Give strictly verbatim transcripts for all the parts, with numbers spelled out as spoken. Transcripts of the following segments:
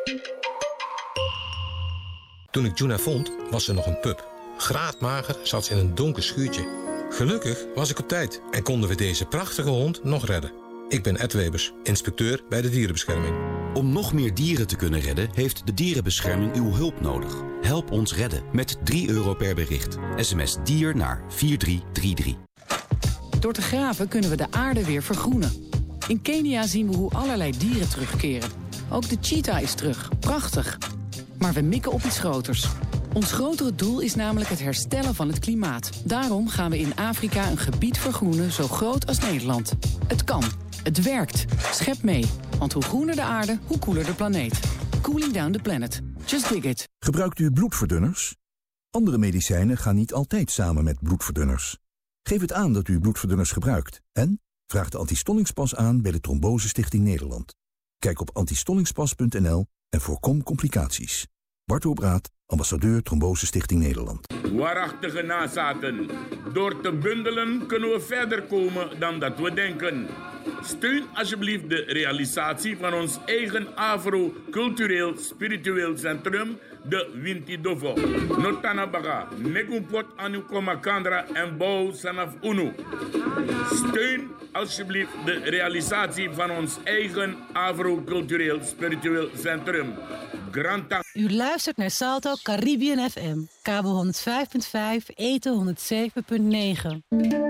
Toen ik Juna vond, was ze nog een pup. Graadmager zat ze in een donker schuurtje. Gelukkig was ik op tijd en konden we deze prachtige hond nog redden. Ik ben Ed Webers, inspecteur bij de dierenbescherming. Om nog meer dieren te kunnen redden, heeft de dierenbescherming uw hulp nodig. Help ons redden met drie euro per bericht. S M S dier naar vier drie drie drie. Door te graven kunnen we de aarde weer vergroenen. In Kenia zien we hoe allerlei dieren terugkeren. Ook de cheetah is terug. Prachtig. Maar we mikken op iets groters. Ons grotere doel is namelijk het herstellen van het klimaat. Daarom gaan we in Afrika een gebied vergroenen zo groot als Nederland. Het kan. Het werkt. Schep mee. Want hoe groener de aarde, hoe koeler de planeet. Cooling down the planet. Just dig it. Gebruikt u bloedverdunners? Andere medicijnen gaan niet altijd samen met bloedverdunners. Geef het aan dat u bloedverdunners gebruikt. En vraag de antistollingspas aan bij de Trombose Stichting Nederland. Kijk op antistollingspas punt n l en voorkom complicaties. Bart Obraat, ambassadeur Trombose Stichting Nederland. Waarachtige nazaten. Door te bundelen kunnen we verder komen dan dat we denken. Steun alsjeblieft de realisatie van ons eigen Afro-cultureel spiritueel centrum, de Wintidovo. Notanabaga, Megumpot anu Komakandra en bouw vanaf Unu. Steun alsjeblieft de realisatie van ons eigen Afro-cultureel spiritueel centrum. Granta. U luistert naar Salto Caribbean F M. Kabel honderd vijf punt vijf, eten honderd zeven punt negen.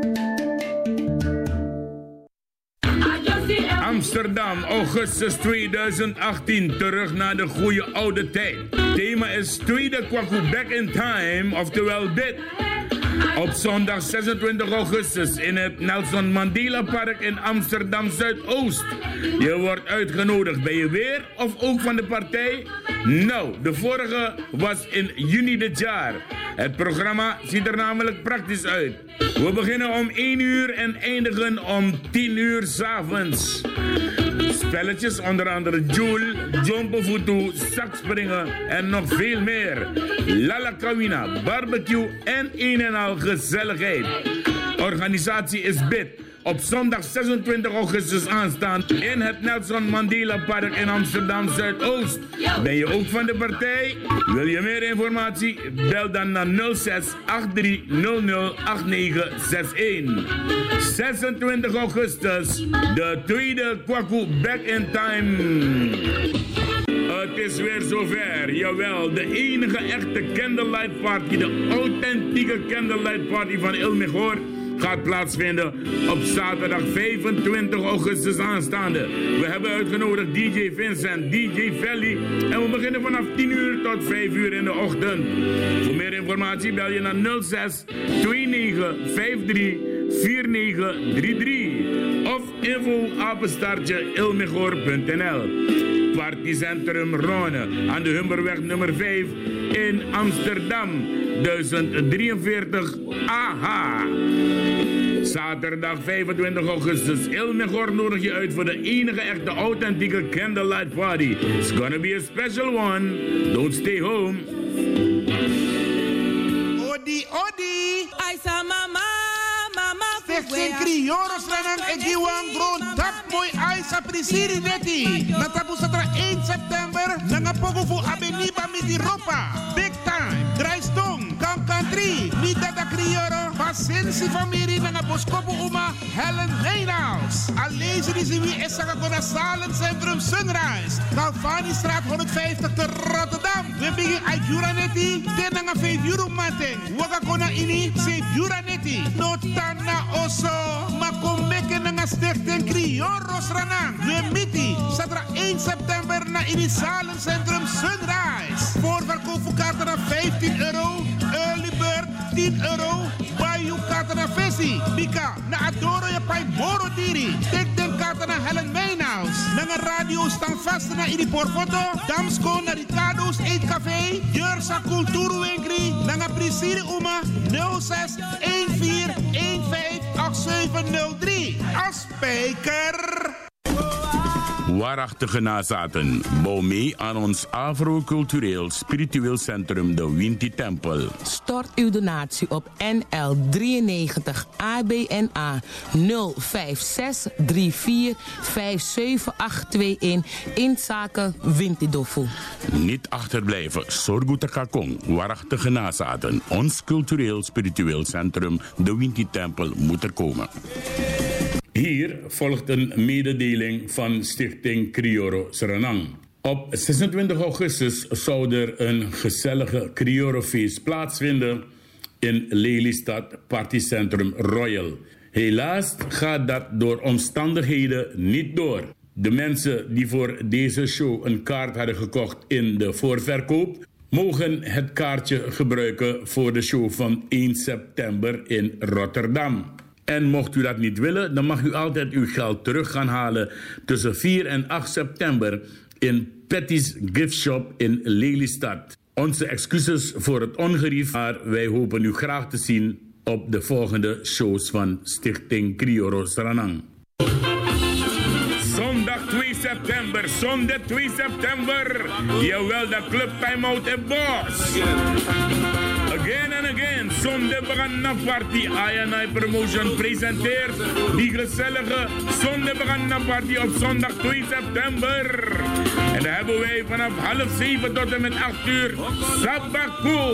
Amsterdam, augustus tweeduizend achttien. Terug naar de goede oude tijd. Thema is tweede Kwaku Back in Time, oftewel dit. Op zondag zesentwintig augustus in het Nelson Mandela Park in Amsterdam Zuidoost. Je wordt uitgenodigd. Ben je weer of ook van de partij? Nou, de vorige was in juni dit jaar. Het programma ziet er namelijk praktisch uit. We beginnen om één uur en eindigen om tien uur 's avonds. Spelletjes onder andere Joule, Jompofutu, sakspringen en nog veel meer. Lala Kawina, barbecue en een en al gezelligheid. Organisatie is B I D. Op zondag zesentwintig augustus aanstaan in het Nelson Mandela Park in Amsterdam Zuidoost. Ben je ook van de partij? Wil je meer informatie? Bel dan naar nul zes acht drie nul nul acht negen zes een. zesentwintig augustus, de tweede Kwaku Back in Time. Het is weer zover, jawel, de enige echte candlelight party, de authentieke candlelight party van Il Mejor gaat plaatsvinden op zaterdag vijfentwintig augustus aanstaande. We hebben uitgenodigd D J Vincent, D J Valley en we beginnen vanaf tien uur tot vijf uur in de ochtend. Voor meer informatie bel je naar nul zes twee negen vijf drie vier negen drie drie of info apenstaartje ilmejor punt n l. Partycentrum Rone aan de Humberweg nummer vijf in Amsterdam, duizend drieënveertig A H. Zaterdag vijfentwintig augustus. Il Mejor nodig je uit voor de enige echte authentieke candlelight party. It's gonna be a special one. Don't stay home. Odi, odi. Aisa mama, mama. Stichting Krioros Ranang en Giwang Groen. Dat mooi Aisa Prisiri Neti. Natapu satra één september. Nangapogo fu Abeniba Midiropa. Big time. Drijstong. Kan country. Mida da Krioro. Pasensi familie Nangaboskopo Uma. Helen Wijnals. Alleen die ze wie Essaga Gona Salen Centrum Sunrise. Galvani straat honderdvijftig te Rotterdam. We beginnen uit Juraneti. Ten nanga vijf euro mating. Waga Gona ini. Zeef Juraneti. Notana Oso. Makombeke nanga stichting Krioros Ranang. We miti. Satra één september na in Salen Centrum Sunrise. Voorverkoop voor kaarten naar vijftien euro. Early bird tien euro. Bayou kaarten naar Vessi. Bika na Adoro je pai Moro Diri. Tek den kaarten naar Helen Wijnhaus. Nanga radio staan vast naar in die porfoto. Damsko naar Ricardo's Eetcafé. Jursa Kultuurwinkri. Nanga Prisiri Uma nul zes een vier een vijf acht zeven nul drie. Afspeker. Waarachtige nazaten, bouw mee aan ons Afro-cultureel spiritueel centrum, de Winti Tempel. Stort uw donatie op N L drieënnegentig A B N A nul vijf zes drie vier vijf zeven acht twee een in zaken Winti Dofu. Niet achterblijven. Sorguta Kakong, waarachtige nazaten. Ons cultureel spiritueel centrum, de Winti Tempel, moet er komen. Hier volgt een mededeling van Stichting Krioro Suriname. Op zesentwintig augustus zou er een gezellige Kriorofeest plaatsvinden in Lelystad Partycentrum Royal. Helaas gaat dat door omstandigheden niet door. De mensen die voor deze show een kaart hadden gekocht in de voorverkoop, mogen het kaartje gebruiken voor de show van één september in Rotterdam. En mocht u dat niet willen, dan mag u altijd uw geld terug gaan halen tussen vier en acht september in Patty's Gift Shop in Lelystad. Onze excuses voor het ongerief, maar wij hopen u graag te zien op de volgende shows van Stichting Krioro Suriname. Zondag twee september, zondag twee september. Jawel, de Club Time Out in Bos. Again and again, zondag Bagana Party. I and I Promotion presenteert die gezellige zondag Bagana Party op zondag twee september. En dan hebben wij vanaf half zeven tot en met acht uur Sabako.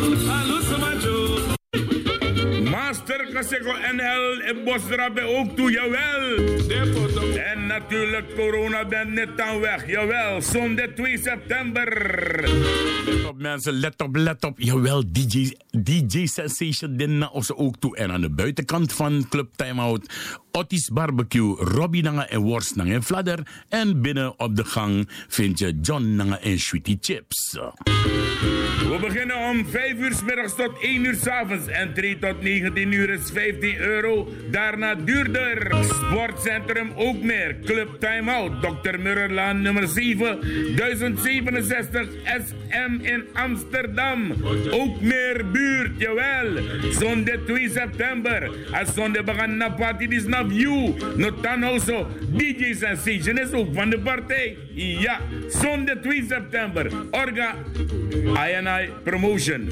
Master Kaseko N L en Bosrabe ook toe, jawel. En natuurlijk, corona bent net aan weg, jawel. Zondag twee september. Let op mensen, let op, let op. Jawel, D J, D J Sensation Dinna onze ook toe. En aan de buitenkant van Club Time Out, Otti's Barbecue, Robbie Nanga en Worst Nanga en Fladder. En binnen op de gang vind je John Nanga en Sweetie Chips. We beginnen om vijf uur 's middags tot één uur 's avonds. Entree tot negentien uur is vijftien euro. Daarna duurder. Sportcentrum ook meer. Club Time Out. dokter Murrlaan nummer zeven. duizend zevenenzestig S M in Amsterdam. Ook meer buurt, jawel. Zondag twee september. En zondag begaan naar party die snap you. Notanhoso. D J Sensation is ook van de partij. Ja. Zondag twee september. Orga. I and I Promotion.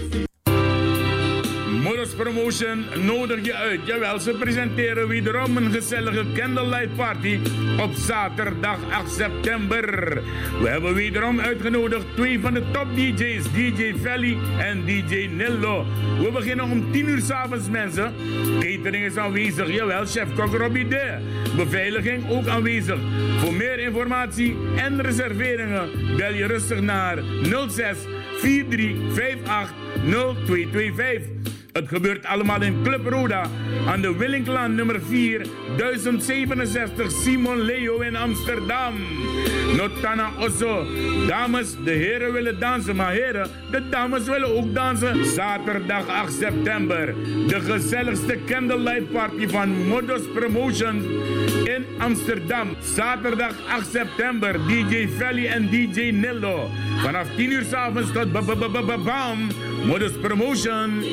Modus Promotion nodig je uit. Jawel, ze presenteren wederom een gezellige candlelight party op zaterdag acht september. We hebben wederom uitgenodigd twee van de top D J's, D J Valley en D J Nillo. We beginnen om tien uur 's avonds, mensen. Catering is aanwezig, jawel, chef-kok Robbie D. Beveiliging ook aanwezig. Voor meer informatie en reserveringen bel je rustig naar nul zes vier drie vijf acht nul twee twee vijf. Het gebeurt allemaal in Club Roda aan de Willinklaan nummer vier, duizend zevenenzestig Simon Leo in Amsterdam. Notana Osso. Dames, de heren willen dansen, maar heren, de dames willen ook dansen. Zaterdag acht september. De gezelligste candlelight party van Modus Promotion in Amsterdam. Zaterdag acht september. D J Valley en D J Nillo. Vanaf tien uur 's avonds tot bam. Modus Promotion.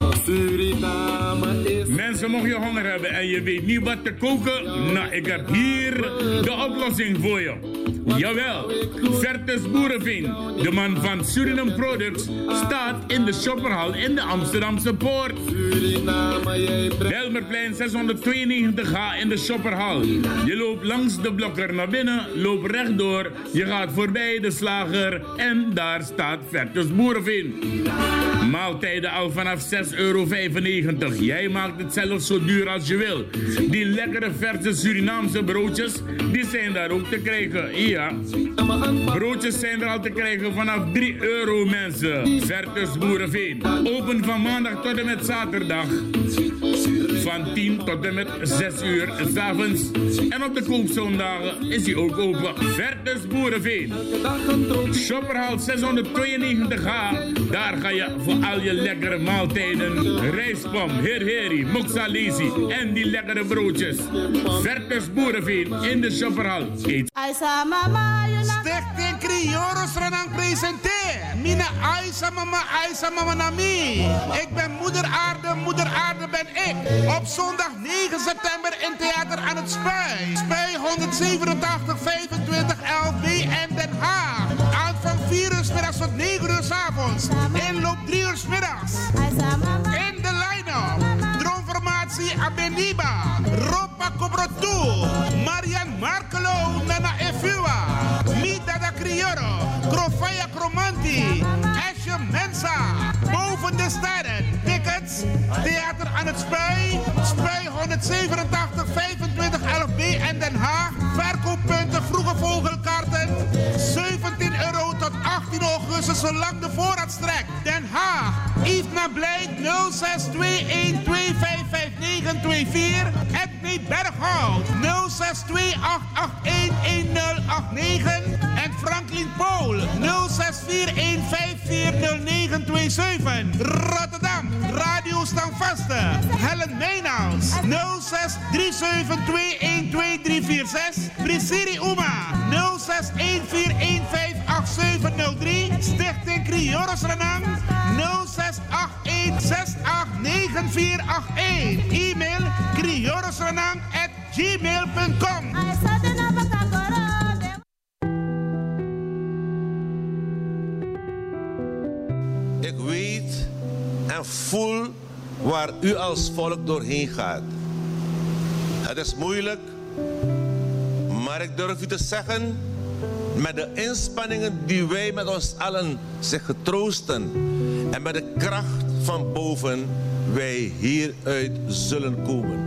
Mensen, mocht je honger hebben en je weet niet wat te koken, nou, ik heb hier de oplossing voor je. Jawel, Vertus Boerenveen, de man van Suriname Products, staat in de shopperhal in de Amsterdamse Poort. Belmerplein zeshonderdtweeënnegentig H in de shopperhal. Je loopt langs de blokker naar binnen, loopt rechtdoor, je gaat voorbij de slager en daar staat Vertus Boerenveen. Maaltijden al vanaf zes euro vijfennegentig. Jij maakt het zelfs zo duur als je wil. Die lekkere verse Surinaamse broodjes, die zijn daar ook te krijgen. Ja, broodjes zijn er al te krijgen vanaf drie euro, mensen. Vertus Boerenveen. Open van maandag tot en met zaterdag. Van tien tot en met zes uur 's avonds. En op de koopzondagen is hij ook open. Vertus Boerenveen. Shopperhal zeshonderdtweeënnegentig H. Daar ga je voor al je lekkere maaltijden. Rijstpom, herheri, moxalesi en die lekkere broodjes. Vertus Boerenveen in de shopperhal. Eet. Stichting Krioro Suriname presenteert. Mina Aisa mama, Aisa mama nami. Ik ben moeder aarde, moeder aarde ben ik. Op zondag negen september in Theater aan het Spui. Spui honderdzevenentachtig vijfentwintig L B en Den Haag. Aan van vier uur 's middags tot negen uur 's avonds. Inloop drie uur 's middags. In de line-up. Droomformatie Abeniba. Ropa Cobrotu. Marian Markelo Nana Efua. Mida da Crioro. Crofaya Necromanti, Asje Mensa, Boven de Sterren, Tickets, Theater aan het Spui, Spui honderdzevenentachtig vijfentwintig elf B en Den Haag, verkooppunten Vroege Vogelkaarten, zeventien euro tot achttien augustus zolang de voorraad strekt. Den Haag, Yves Nableid nul zes twee een twee vijf vijf negen twee vier, Edney Berghout nul zes twee acht acht een een nul acht negen en Franklin Pool nul zes vier een vijf vier nul negen twee zeven. Rotterdam, Radio Stamvaste, Helen Meynals nul zes drie zeven twee een twee drie vier zes, Brisiri Uma nul zes een vier een vijf acht zeven nul drie, Stichting Krioros Renang nul zes acht een zes acht negen vier acht een. E-mail kriorosrenang at gmail punt com. Ik weet en voel waar u als volk doorheen gaat. Het is moeilijk, maar ik durf u te zeggen, met de inspanningen die wij met ons allen zich getroosten en met de kracht van boven wij hieruit zullen komen.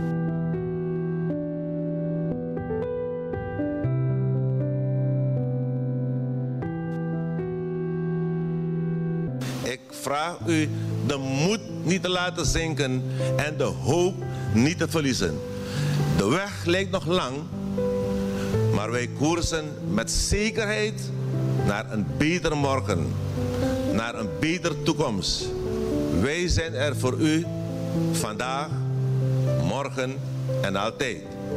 Ik vraag u de moed niet te laten zinken en de hoop niet te verliezen. De weg lijkt nog lang, maar wij koersen met zekerheid naar een beter morgen, naar een betere toekomst. Wij zijn er voor u vandaag, morgen en altijd.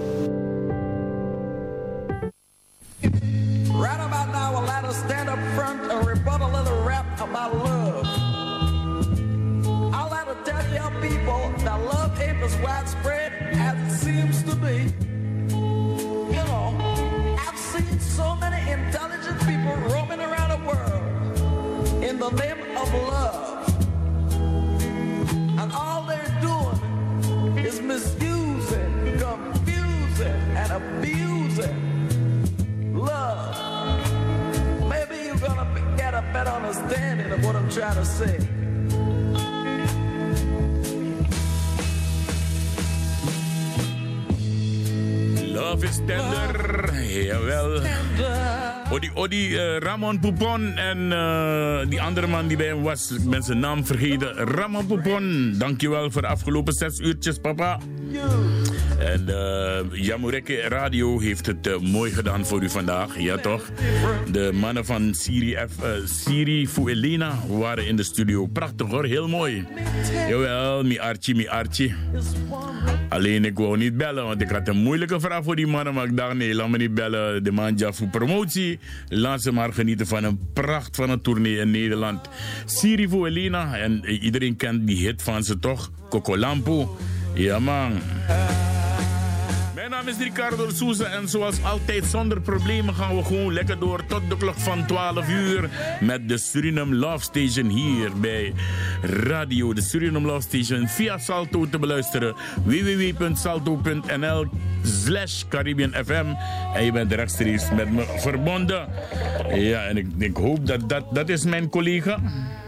Right about now, I'll let us stand up front and rebut a little rap about love. I'll let her tell you people that love ain't as widespread as it seems to be. You know, I've seen so many intelligent people roaming around the world in the name of love. And all they're doing is misusing, confusing, and abusing love. Maybe you're gonna get a better understanding of what I'm trying to say. Love is tender, jawel. Odi, Odi, uh, Ramon Poupon en uh, die andere man die bij hem was, ik ben zijn naam vergeten. Ramon Poupon, dankjewel voor de afgelopen zes uurtjes, papa. En uh, Jamureke Radio heeft het uh, mooi gedaan voor u vandaag, ja toch? De mannen van Siri, F, uh, Siri Fuelina waren in de studio. Prachtig hoor, heel mooi. Jawel, mi Archie, mi Archie. Alleen ik wou niet bellen, want ik had een moeilijke vraag voor die mannen. Maar ik dacht, nee, laat me niet bellen. De man ja voor promotie. Laat ze maar genieten van een pracht van een tournee in Nederland. Siri Fuelina, en uh, iedereen kent die hit van ze toch? Cocolampo. Ja man. Mijn naam is Ricardo Souza en zoals altijd zonder problemen gaan we gewoon lekker door tot de klok van twaalf uur met de Suriname Love Station hier bij Radio de Suriname Love Station via Salto te beluisteren w w w punt salto punt n l slash Caribbean F M en je bent rechtstreeks met me verbonden. Ja, en ik, ik hoop dat dat, dat is mijn collega.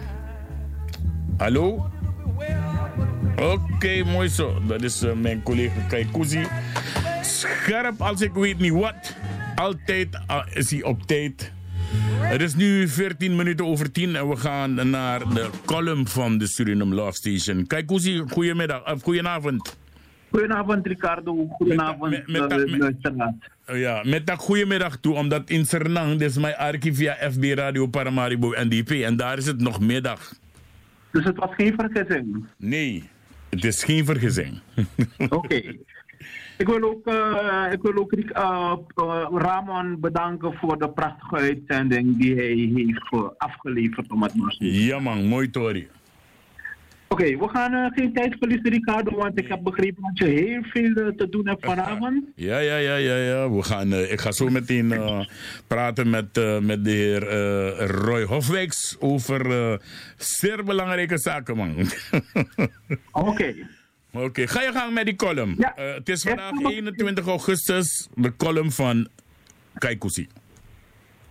Hallo? Oké, okay, mooi zo. Dat is uh, mijn collega Kaikousi. Scherp als ik weet niet wat. Altijd uh, is hij op tijd. Het is nu veertien minuten over tien en we gaan naar de column van de Suriname Love Station. Kaikousi, goedemiddag, of goedenavond. Goedenavond Ricardo, goedenavond met, met, met, luisteraars. Ja, met dat goedemiddag toe, omdat in Sernang, dit is mijn archief via F B Radio Paramaribo N D P en daar is het nog middag. Dus het was geen vergissing? Nee. Het is geen vergissing. Oké. Okay. Ik wil ook, uh, ik wil ook uh, uh, Ramon bedanken voor de prachtige uitzending die hij heeft uh, afgeleverd om het maar te doen. Ja man, mooi Tori. Oké, okay, we gaan uh, geen tijd verliezen Ricardo, want ik heb begrepen dat je heel veel uh, te doen hebt vanavond. Ja, ja, ja, ja, ja. We gaan, uh, ik ga zo meteen uh, praten met, uh, met de heer uh, Roy Hofwijks over uh, zeer belangrijke zaken, man. Oké. Okay. Oké, okay. Ga je gang met die column. Ja. Uh, het is vandaag eenentwintig augustus, de column van Kaikousi.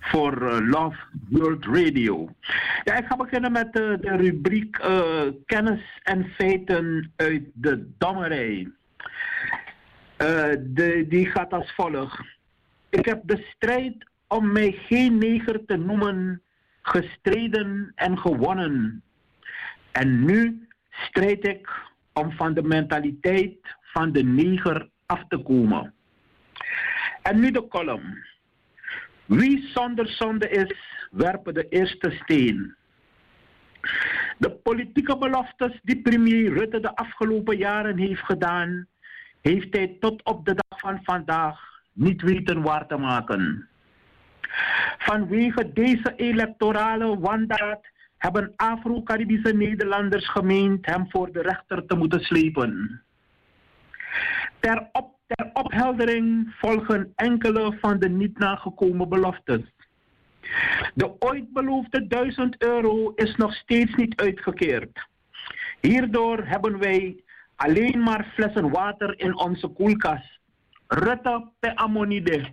voor uh, Love World Radio. Ja, ik ga beginnen met uh, de rubriek uh, kennis en feiten uit de dommerij. Uh, de, die gaat als volgt. Ik heb de strijd om mij geen neger te noemen gestreden en gewonnen. En nu strijd ik om van de mentaliteit van de neger af te komen. En nu de column. Wie zonder zonde is, werpen de eerste steen. De politieke beloftes die premier Rutte de afgelopen jaren heeft gedaan, heeft hij tot op de dag van vandaag niet weten waar te maken. Vanwege deze electorale wandaad hebben Afro-Caribische Nederlanders gemeend hem voor de rechter te moeten slepen. Ter, op, ter opheldering volgen enkele van de niet nagekomen beloftes. De ooit beloofde duizend euro is nog steeds niet uitgekeerd. Hierdoor hebben wij alleen maar flessen water in onze koelkast. Rutte per ammonide.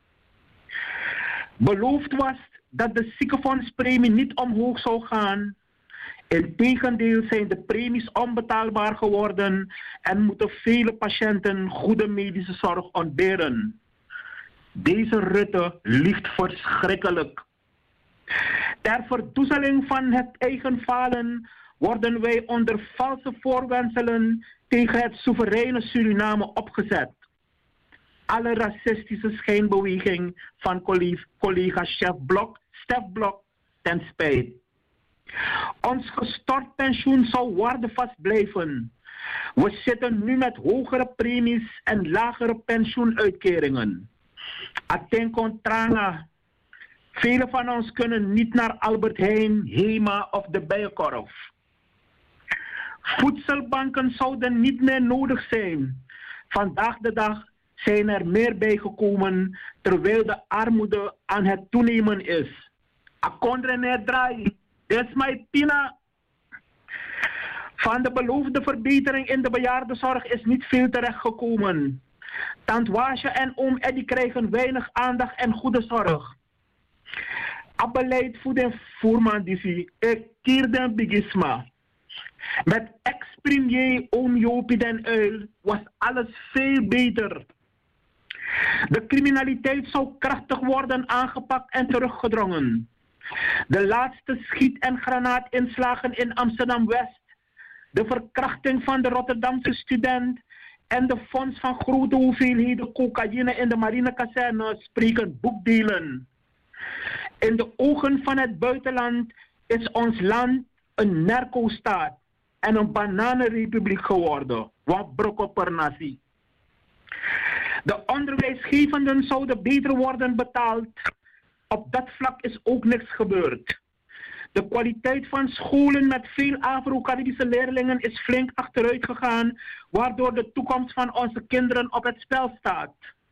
Beloofd was dat de ziekenfondspremie niet omhoog zou gaan. Integendeel zijn de premies onbetaalbaar geworden en moeten vele patiënten goede medische zorg ontberen. Deze Rutte liegt verschrikkelijk. Ter verdoezeling van het eigen falen worden wij onder valse voorwendselen tegen het soevereine Suriname opgezet. Alle racistische schijnbeweging van collega Chef Blok, Stef Blok ten spijt. Ons gestort pensioen zou waardevast blijven. We zitten nu met hogere premies en lagere pensioenuitkeringen. Aten contrana. Velen van ons kunnen niet naar Albert Heijn, Hema of de Bijenkorf. Voedselbanken zouden niet meer nodig zijn. Vandaag de dag zijn er meer bijgekomen terwijl de armoede aan het toenemen is. Akondre draai, des my pina. Van de beloofde verbetering in de bejaardenzorg is niet veel terechtgekomen. Tant Waasje en oom Eddie krijgen weinig aandacht en goede zorg. Abeleid voor de voerman die ik keer den bigisma. Met ex-premier oom Jopie den Uil was alles veel beter. De criminaliteit zou krachtig worden aangepakt en teruggedrongen. De laatste schiet- en granaatinslagen in Amsterdam-West, de verkrachting van de Rotterdamse student en de fonds van grote hoeveelheden cocaïne in de marinekazerne spreken boekdelen. In de ogen van het buitenland is ons land een narco-staat en een bananenrepubliek geworden. Wat brok per natie. De onderwijsgevenden zouden beter worden betaald. Op dat vlak is ook niks gebeurd. De kwaliteit van scholen met veel Afro-Caribische leerlingen is flink achteruit gegaan, waardoor de toekomst van onze kinderen op het spel staat.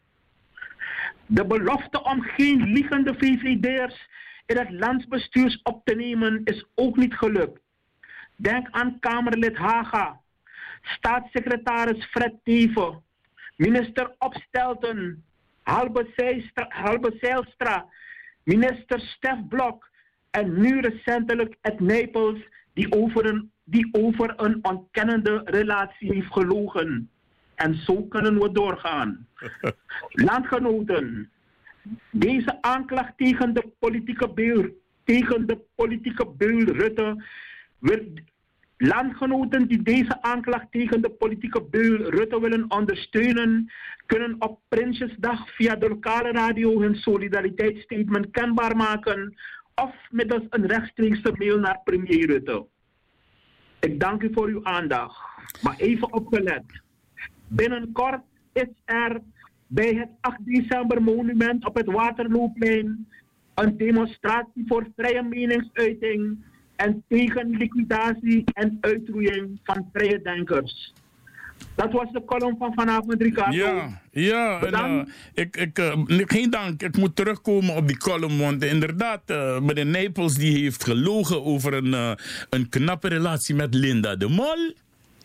De belofte om geen liegende V V D'ers in het landsbestuur op te nemen is ook niet gelukt. Denk aan Kamerlid Haga, staatssecretaris Fred Teven, minister Opstelten, Halbe Zijlstra, Halbe Zijlstra, minister Stef Blok en nu recentelijk Ed Nijpels die over, een, die over een ontkennende relatie heeft gelogen. En zo kunnen we doorgaan. Landgenoten, deze aanklacht tegen de politieke beul, tegen de politieke beul Rutte, wil, landgenoten die deze aanklacht tegen de politieke beul Rutte willen ondersteunen, kunnen op Prinsjesdag via de lokale radio hun solidariteitsstatement kenbaar maken of middels een rechtstreekse mail naar premier Rutte. Ik dank u voor uw aandacht. Maar even opgelet. Binnenkort is er bij het acht december monument op het Waterlooplein een demonstratie voor vrije meningsuiting en tegen liquidatie en uitroeiing van vrije denkers. Dat was de column van vanavond, Ricardo. Ja, ja en, uh, ik, ik, uh, geen dank. Ik moet terugkomen op die column, want inderdaad, uh, meneer Nijpels die heeft gelogen over een, uh, een knappe relatie met Linda de Mol.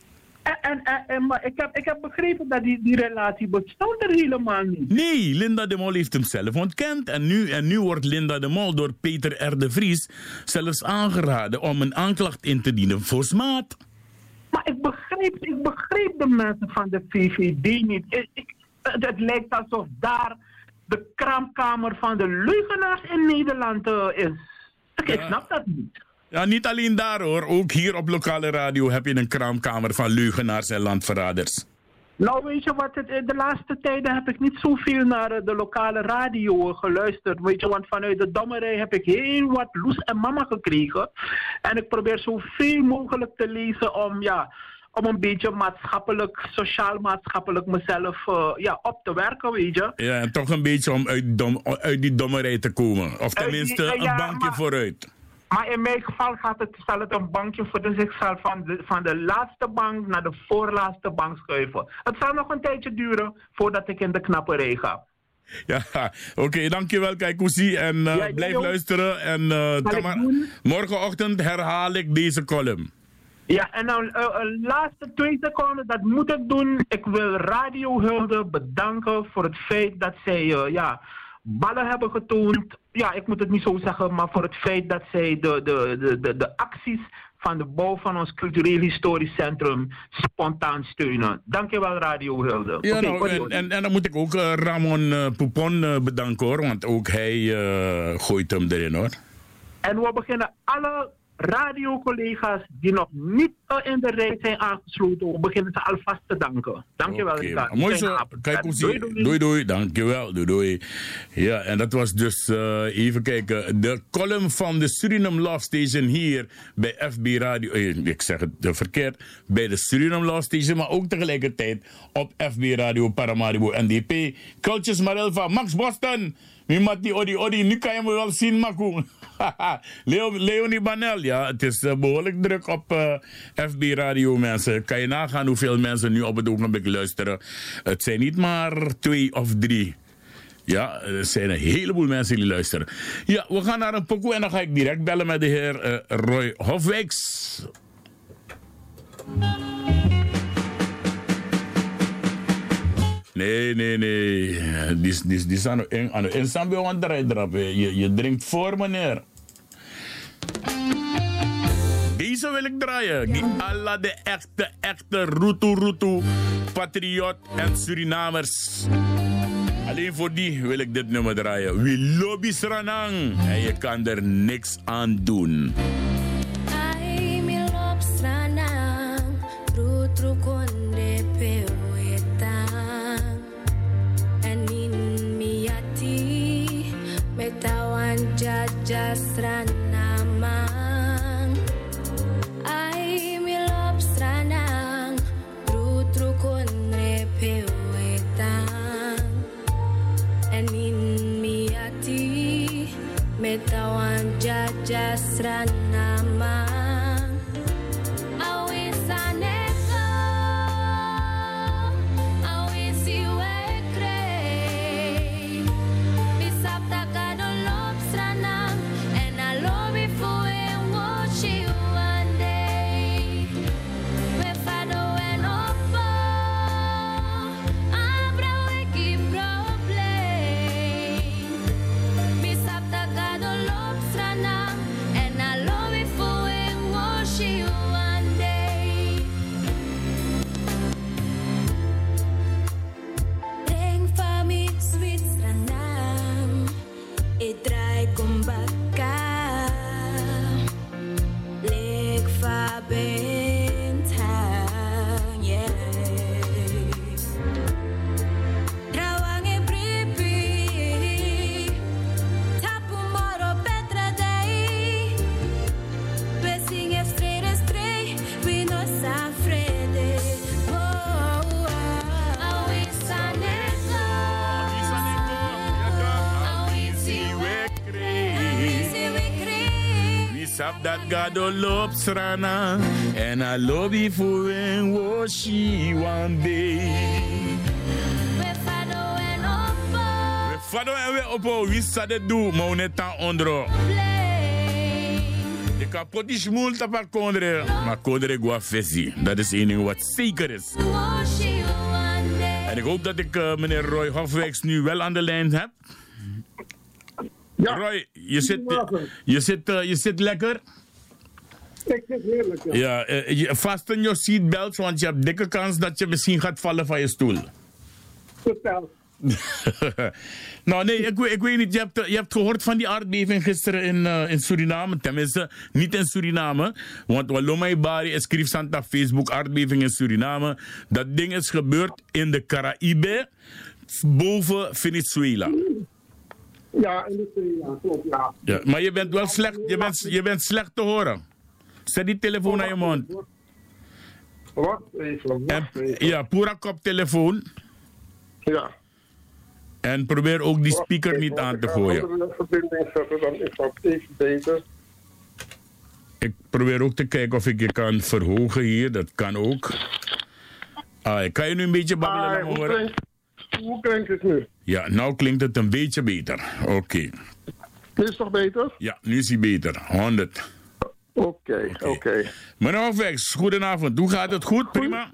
En, en, en, en, maar ik heb, ik heb begrepen dat die, die relatie bestond er helemaal niet. Nee, Linda de Mol heeft hem zelf ontkend. En nu, en nu wordt Linda de Mol door Peter R. de Vries zelfs aangeraden om een aanklacht in te dienen voor smaad. Maar ik begreep, ik begreep de mensen van de V V D niet. Ik, ik, het, het lijkt alsof daar de kraamkamer van de leugenaars in Nederland uh, is. Ik, ja. ik snap dat niet. Ja, niet alleen daar hoor. Ook hier op lokale radio heb je een kraamkamer van leugenaars en landverraders. Nou, weet je wat, het, de laatste tijden heb ik niet zoveel naar de lokale radio geluisterd. Weet je, want vanuit de dommerij heb ik heel wat loes en mama gekregen. En ik probeer zoveel mogelijk te lezen om, ja, om een beetje maatschappelijk, sociaal-maatschappelijk mezelf uh, ja, op te werken, weet je. Ja, en toch een beetje om uit, dom, uit die dommerij te komen. Of tenminste die, uh, ja, een bankje maar, vooruit. Maar in mijn geval gaat het, zal het een bankje voor, dus ik zal van de, van de laatste bank naar de voorlaatste bank schuiven. Het zal nog een tijdje duren voordat ik in de knapperij ga. Ja, oké, okay, dankjewel Kaikousi en uh, ja, blijf joh. luisteren. En uh, tamar, morgenochtend herhaal ik deze column. Ja, en dan uh, uh, laatste twee seconden, dat moet ik doen. Ik wil Radio Hulde bedanken voor het feit dat zij uh, ja, ballen hebben getoond. Ja, ik moet het niet zo zeggen, maar voor het feit dat zij de, de, de, de, de acties van de bouw van ons cultureel historisch centrum spontaan steunen. Dankjewel Radio Hulde. Ja, okay, nou, en, en, en dan moet ik ook uh, Ramon uh, Poupon uh, bedanken hoor, want ook hij uh, gooit hem erin hoor. En we beginnen alle radiocollega's die nog niet uh, in de rij zijn aangesloten, we beginnen ze alvast te danken. Dankjewel. Okay, mooi zo. Kijk hoe zie. Doei, doei, doei. Dankjewel. Doei, doei. Ja, en dat was dus, uh, even kijken, de column van de Suriname Love Station hier bij F B Radio. Eh, ik zeg het verkeerd, bij de Suriname Love Station, maar ook tegelijkertijd op F B Radio Paramaribo N D P. Kultjes Marelva, Max Boston. Mimati Odi Odi, nu kan je me wel zien, Makoe. Leo, Leonie Banel, ja, het is uh, behoorlijk druk op uh, F B Radio, mensen. Kan je nagaan hoeveel mensen nu op het ogenblik luisteren. Het zijn niet maar twee of drie. Ja, er zijn een heleboel mensen die luisteren. Ja, we gaan naar een pokoe en dan ga ik direct bellen met de heer uh, Roy Hofwijks. Nee, nee, nee. Die, die, die staan aan de instand bij een draaidrap. Je, je drinkt voor, meneer. Deze wil ik draaien. Die alla de echte, echte Rutu Rutu, patriot en Surinamers. Alleen voor die wil ik dit nummer draaien. We lobby Sranang. En je kan er niks aan doen. Ai mi lob Sranang, Rutu konde pewetang. En in miati, metawan jaja Sranamang. Ai mi lob Sranang, Rutu konde pewetang. En in miati, metawan jaja Sranamang. Awi saneko, awi siwe krei. Bisap takadolop Sranang, and I love it for and watch you one day. We fado en opo, abra we keep problem. Bisap takadolop Sranang, and I love it for and watch you one day. Denk van me sweet Sranang, ik draai kom baka. Lek va bentang, yeah. Trawang e bripi, tapu moro petra day. We sing e straight straight, we no sa frede. Oh, oh, awi saneko, awi siwe krei. We sap dat gado lop Sranang. And I love you for and washi one day. We fado en opo, Fado en we oppo, wie sa de doe, maar we net aan ondro. play. De Ik kan potje smoel tapak kondre, maar kondre gua visie. Dat is één ding wat zeker is. En ik hoop dat ik uh, meneer Roy Hofwijks nu wel aan de lijn heb. Ja. Roy, je zit, je, zit, uh, je zit lekker? Ik zit heerlijk, ja. Ja, uh, je, vasten je seatbelts, want je hebt dikke kans dat je misschien gaat vallen van je stoel. Vertel. Nou nee, ik, ik weet niet, je hebt, je hebt gehoord van die aardbeving gisteren in, uh, in Suriname. Tenminste, niet in Suriname. Want Walomai Bari schreef aan op Facebook aardbeving in Suriname. Dat ding is gebeurd in de Caraïbe, boven Venezuela. Ja, in de Venezuela, klopt, ja. Ja, maar je bent wel slecht, je bent, je bent slecht te horen. Zet die telefoon aan je mond. Wat? Even, wacht even. Ja, pura koptelefoon. Ja. En probeer ook die speaker niet aan te gooien. Als ik de verbinding zetten, dan is dat even beter. Ik probeer ook te kijken of ik je kan verhogen hier. Dat kan ook. Ah, kan je nu een beetje babbelen? Ah, hoe, klinkt, hoe klinkt het nu? Ja, nou klinkt het een beetje beter. Oké. Okay. Nu is het toch beter? Ja, nu is hij beter. honderd. Oké, okay, oké. Okay. Okay. Meneer Hofwijks, goedenavond. Hoe gaat het? Goed? Prima?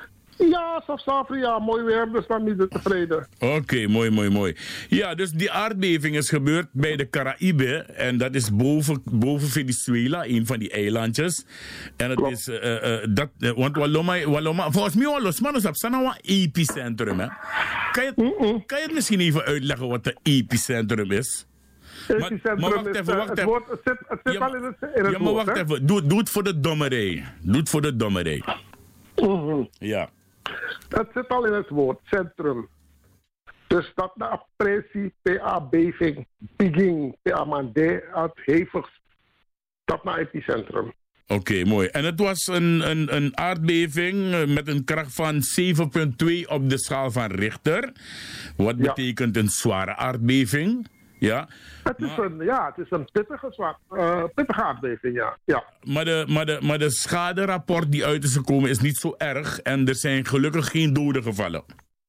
Ja, Safsafri, ja, mooi weer, dus dan niet tevreden. Oké, okay, mooi, mooi, mooi. Ja, dus die aardbeving is gebeurd bij de Caraïbe. En dat is boven, boven Venezuela, een van die eilandjes. En het Klopt. is, uh, uh, dat, uh, want Waloma, Waloma, volgens mij was Los Manos op een epicentrum, hè. Kan je, mm -mm. kan je het misschien even uitleggen wat een epicentrum is? Maar, maar wacht is, even, wacht het even. Woord, het zit, het zit ja, al in het, in het ja, maar wacht woord, even. Doe, doe het voor de dommerij. Doe het voor de dommerij. Mm-hmm. Ja. Het zit al in het woord, centrum. Dus dat de appressie, P A-beving, begin, P A-mandé, het hevigst, dat naar epicentrum. Oké, okay, mooi. En het was een, een, een aardbeving met een kracht van zeven komma twee op de schaal van Richter. Wat ja. betekent een zware aardbeving. Ja. Het is, maar, een, ja, het is een pittige, zwart, uh, pittige aardbeving, ja. ja. Maar, de, maar, de, maar de schaderapport die uit is gekomen is niet zo erg. En er zijn gelukkig geen doden gevallen.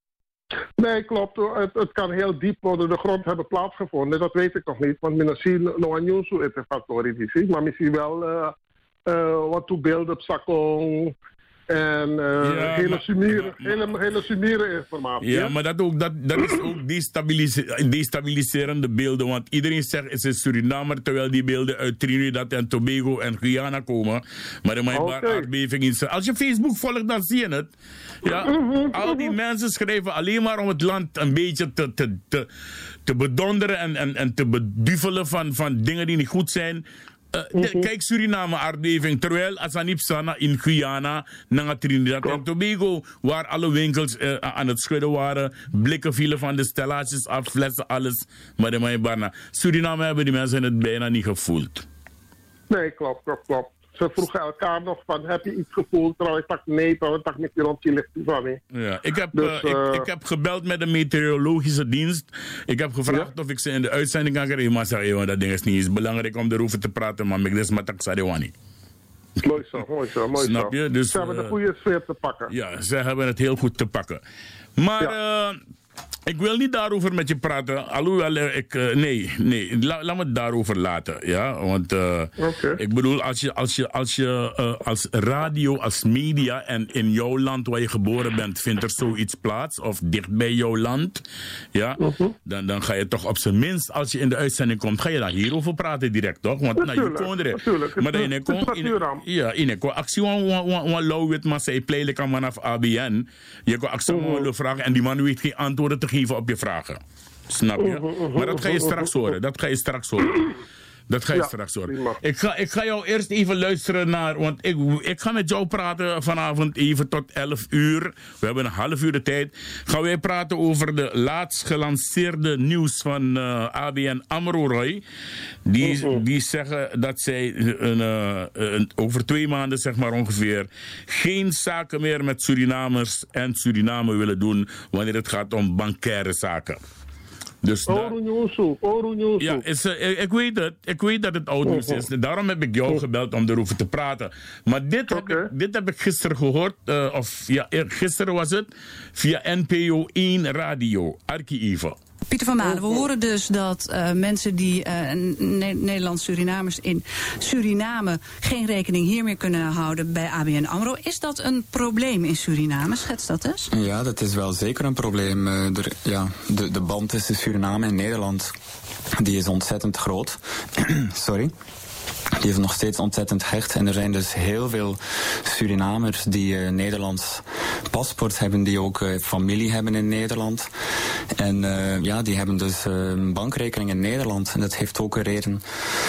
Nee, klopt. Het, het kan heel diep onder de grond hebben plaatsgevonden. Dat weet ik nog niet. Want misschien nog een nieuws uit de factorie. Maar misschien wel uh, uh, wat toebeelden op Sakong. En uh, ja, hele, maar, sumiere, maar, hele, hele sumiere informatie. Ja, hè? Maar dat, ook, dat, dat is ook destabilise- destabiliserende beelden. Want iedereen zegt het is een Surinamer, terwijl die beelden uit Trinidad en Tobago en Guyana komen. Maar er maar okay. aardbeving in. Als je Facebook volgt, dan zie je het. Ja, mm-hmm, al die mm-hmm. mensen schrijven alleen maar om het land een beetje te, te, te, te bedonderen en, en, en te beduvelen van, van dingen die niet goed zijn. Uh, de, mm-hmm. Kijk, Suriname aardbeving, terwijl Asanip Sana in Guyana, naar Trinidad en Tobago, waar alle winkels uh, aan het schudden waren, blikken vielen van de stellages af, flessen, alles. Maar de Maïbarna. Suriname hebben die mensen het bijna niet gevoeld. Nee, klopt, klopt, klopt. Ze vroegen elkaar nog van, heb je iets gevoeld? Trouwens, ik dacht nee, trouwens, ik dacht niet rond je licht van me. Ja, ik heb, dus, uh, uh, ik, ik heb gebeld met de meteorologische dienst. Ik heb gevraagd ja? of ik ze in de uitzending kan krijgen. Maar zei, joh, dat ding is niet eens belangrijk om erover te praten, maar ik des matak sadewani. Mooi zo, mooi zo, mooi Snap je? Dus, ze hebben de goede sfeer te pakken. Ja, ze hebben het heel goed te pakken. Maar... Ja. Uh, Ik wil niet daarover met je praten, alhoewel ik... Uh, nee, nee, La, laat me het daarover laten, ja. Want uh, okay. ik bedoel, als je, als je, als je uh, als radio, als media en in jouw land waar je geboren bent, vindt er zoiets plaats, of dicht bij jouw land, ja, uh-huh. dan, dan ga je toch op zijn minst, als je in de uitzending komt, ga je daar hierover praten direct, toch? Want nou, je kon er... Maar dan in kon... Ja, in kon actie van Lau Witman zei, pleilijk aan vanaf A B N. Je kon actie van vragen en die man weet geen antwoorden te geven op je vragen. Snap je? Maar dat ga je straks horen. Dat ga je straks horen. Dat ga je ja, straks horen. Ik ga, ik ga jou eerst even luisteren naar... Want ik, ik ga met jou praten vanavond even tot elf uur. We hebben een half uur de tijd. Gaan wij praten over de laatst gelanceerde nieuws van uh, A B N AMRO-Roy. Die, uh-huh. die zeggen dat zij een, uh, een, over twee maanden, zeg maar ongeveer, geen zaken meer met Surinamers en Suriname willen doen wanneer het gaat om bankaire zaken. Dus da- ja, is, uh, ik, weet het, ik weet dat het oud nieuws is. Daarom heb ik jou gebeld om erover te praten. Maar dit, okay. heb, ik, dit heb ik gisteren gehoord, uh, of ja, gisteren was het, via N P O één Radio, Arki-Iva. Pieter van Malen, we horen dus dat uh, mensen die uh, ne- Nederlands-Surinamers in Suriname geen rekening hier meer kunnen houden bij A B N AMRO. Is dat een probleem in Suriname? Schets dat eens? Ja, dat is wel zeker een probleem. Uh, er, ja, de, de band tussen Suriname en Nederland, die is ontzettend groot. Sorry. Die is nog steeds ontzettend hecht. En er zijn dus heel veel Surinamers die uh, Nederlands paspoort hebben, die ook uh, familie hebben in Nederland. En uh, ja, die hebben dus uh, een bankrekening in Nederland. En dat heeft ook een reden.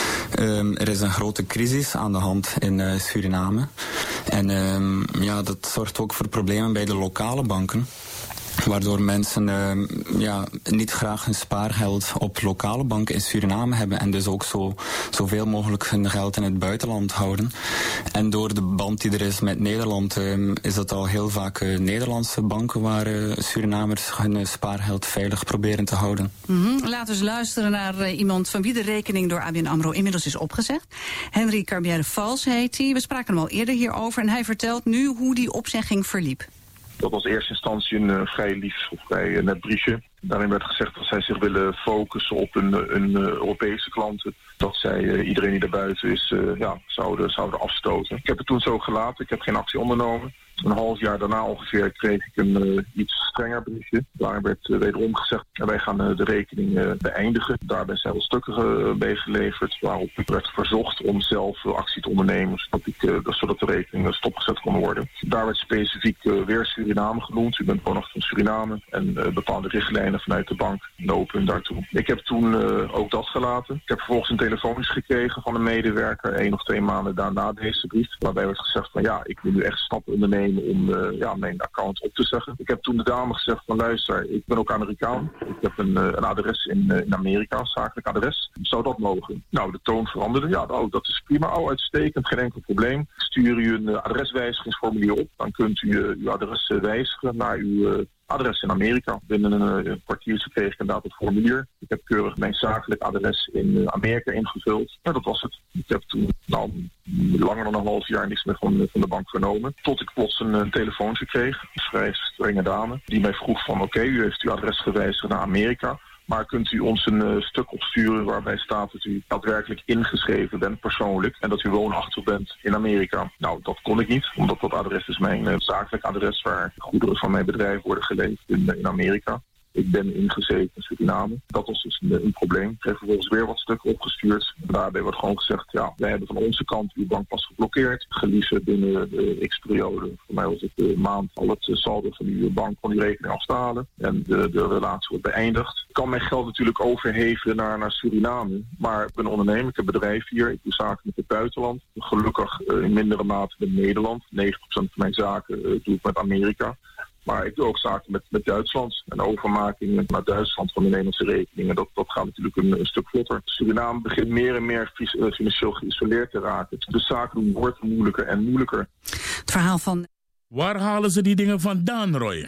Um, er is een grote crisis aan de hand in uh, Suriname. En um, ja, dat zorgt ook voor problemen bij de lokale banken. Waardoor mensen uh, ja, niet graag hun spaargeld op lokale banken in Suriname hebben. En dus ook zo, zoveel mogelijk hun geld in het buitenland houden. En door de band die er is met Nederland uh, is dat al heel vaak uh, Nederlandse banken waar uh, Surinamers hun uh, spaargeld veilig proberen te houden. Mm-hmm. Laten we eens luisteren naar uh, iemand van wie de rekening door A B N AMRO inmiddels is opgezegd. Henry Carbière-Vals heet hij. We spraken hem al eerder hierover en hij vertelt nu hoe die opzegging verliep. Dat was in eerste instantie een uh, vrij lief of vrij uh, net briefje. Daarin werd gezegd dat zij zich willen focussen op hun, hun uh, Europese klanten. Dat zij uh, iedereen die daarbuiten is, uh, ja, zouden, zouden afstoten. Ik heb het toen zo gelaten, ik heb geen actie ondernomen. Een half jaar daarna ongeveer kreeg ik een uh, iets strenger briefje. Daar werd uh, wederom gezegd, wij gaan uh, de rekening uh, beëindigen. Daarbij zijn wel stukken uh, meegeleverd waarop ik werd verzocht om zelf uh, actie te ondernemen. Zodat, ik, uh, zodat de rekening uh, stopgezet kon worden. Daar werd specifiek uh, weer Suriname genoemd. U bent woonachtig van Suriname. En uh, bepaalde richtlijnen vanuit de bank lopen daartoe. Ik heb toen uh, ook dat gelaten. Ik heb vervolgens een telefoontje gekregen van een medewerker. één of twee maanden daarna deze brief. Waarbij werd gezegd van ja, ik wil nu echt stappen ondernemen om uh, ja, mijn account op te zeggen. Ik heb toen de dame gezegd van luister, ik ben ook Amerikaan. Ik heb een, uh, een adres in, uh, in Amerika, een zakelijk adres. Zou dat mogen? Nou, de toon veranderde. Ja, oh, dat is prima. Oh, uitstekend, geen enkel probleem. Ik stuur u een uh, adreswijzigingsformulier op. Dan kunt u uh, uw adres uh, wijzigen naar uw... Uh, adres in Amerika. Binnen een, een kwartiertje kreeg ik inderdaad het formulier. Ik heb keurig mijn zakelijk adres in uh, Amerika ingevuld. Nou, dat was het. Ik heb toen nou, langer dan een half jaar niks meer van, van de bank vernomen. Tot ik plots een, een telefoontje kreeg. Een vrij strenge dame. Die mij vroeg van oké, okay, u heeft uw adres gewijzigd naar Amerika. Maar kunt u ons een uh, stuk opsturen waarbij staat dat u daadwerkelijk ingeschreven bent persoonlijk en dat u woonachtig bent in Amerika? Nou, dat kon ik niet, omdat dat adres is mijn uh, zakelijk adres waar goederen van mijn bedrijf worden geleverd in, in Amerika. Ik ben ingezeten in Suriname. Dat was dus een, een probleem. Ik heb vervolgens weer wat stukken opgestuurd. Daarbij wordt gewoon gezegd, ja, wij hebben van onze kant uw bankpas geblokkeerd. Gelieve binnen de x-periode, voor mij was het de maand, al het saldo van uw bank van uw rekening af te halen. En de, de relatie wordt beëindigd. Ik kan mijn geld natuurlijk overhevelen naar, naar Suriname. Maar ik ben ondernemer, ik heb een bedrijf hier. Ik doe zaken met het buitenland. Gelukkig uh, in mindere mate met Nederland. negentig procent van mijn zaken uh, doe ik met Amerika. Maar ik doe ook zaken met, met Duitsland. En overmaking naar Duitsland van de Nederlandse rekeningen. Dat, dat gaat natuurlijk een, een stuk vlotter. Suriname begint meer en meer financieel geïsoleerd te raken. De zaken doen wordt moeilijker en moeilijker. Het verhaal van... Waar halen ze die dingen vandaan, Roy?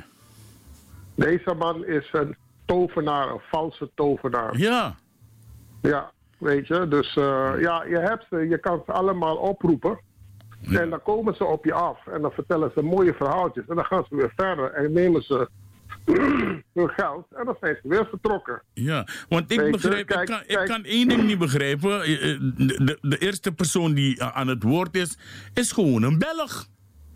Deze man is een tovenaar, een valse tovenaar. Ja. Ja, weet je. Dus uh, ja, je, hebt ze, je kan ze allemaal oproepen. Ja. En dan komen ze op je af en dan vertellen ze mooie verhaaltjes. En dan gaan ze weer verder en nemen ze hun geld en dan zijn ze weer vertrokken. Ja, want ik begrijp, kijk, ik, kan, kijk, ik kan één ding niet begrijpen. De, de, de eerste persoon die aan het woord is, is gewoon een Belg.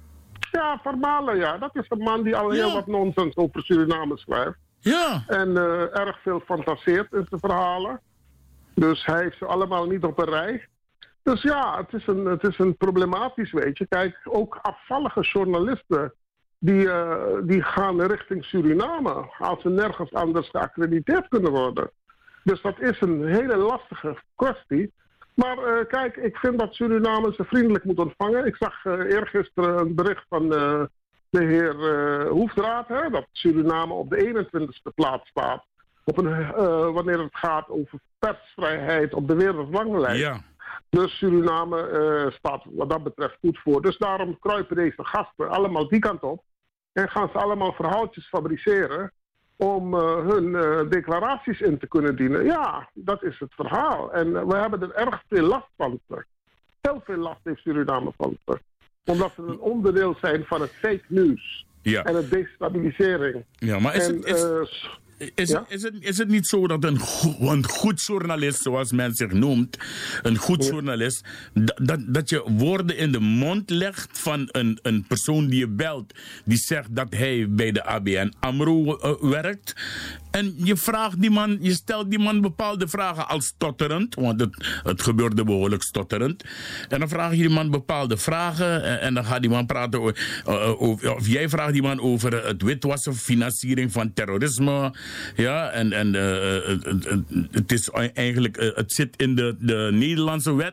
Ja, Vermalen, ja. Dat is een man die al heel ja. wat nonsens over Suriname schrijft. Ja. En uh, erg veel fantaseert in zijn verhalen. Dus hij heeft ze allemaal niet op een rij. Dus ja, het is, een, het is een problematisch, weet je. Kijk, ook afvallige journalisten die, uh, die gaan richting Suriname als ze nergens anders geaccrediteerd kunnen worden. Dus dat is een hele lastige kwestie. Maar uh, kijk, ik vind dat Suriname ze vriendelijk moet ontvangen. Ik zag uh, eergisteren een bericht van uh, de heer uh, Hoefdraad, hè, dat Suriname op de eenentwintigste plaats staat. Op een, uh, wanneer het gaat over persvrijheid op de wereldranglijst. Ja. Dus Suriname uh, staat wat dat betreft goed voor. Dus daarom kruipen deze gasten allemaal die kant op. En gaan ze allemaal verhaaltjes fabriceren om uh, hun uh, declaraties in te kunnen dienen. Ja, dat is het verhaal. En uh, we hebben er erg veel last van. Heel veel last heeft Suriname van. Omdat ze een onderdeel zijn van het fake news. Ja. En het destabilisering. Ja, maar is en, het... Is... Uh, Is, ja? het, is, het, is het niet zo dat een, go- een goed journalist, zoals men zich noemt, een goed ja. journalist, dat, dat, dat je woorden in de mond legt van een, een persoon die je belt, die zegt dat hij bij de A B N AMRO uh, werkt. En je vraagt die man, je stelt die man bepaalde vragen als stotterend, want het, het gebeurde behoorlijk stotterend. En dan vraag je die man bepaalde vragen en, en dan gaat die man praten over, uh, over, of jij vraagt die man over het witwassen, financiering van terrorisme. Ja, en, en uh, het, het, het is eigenlijk, uh, het zit in de, de Nederlandse wet.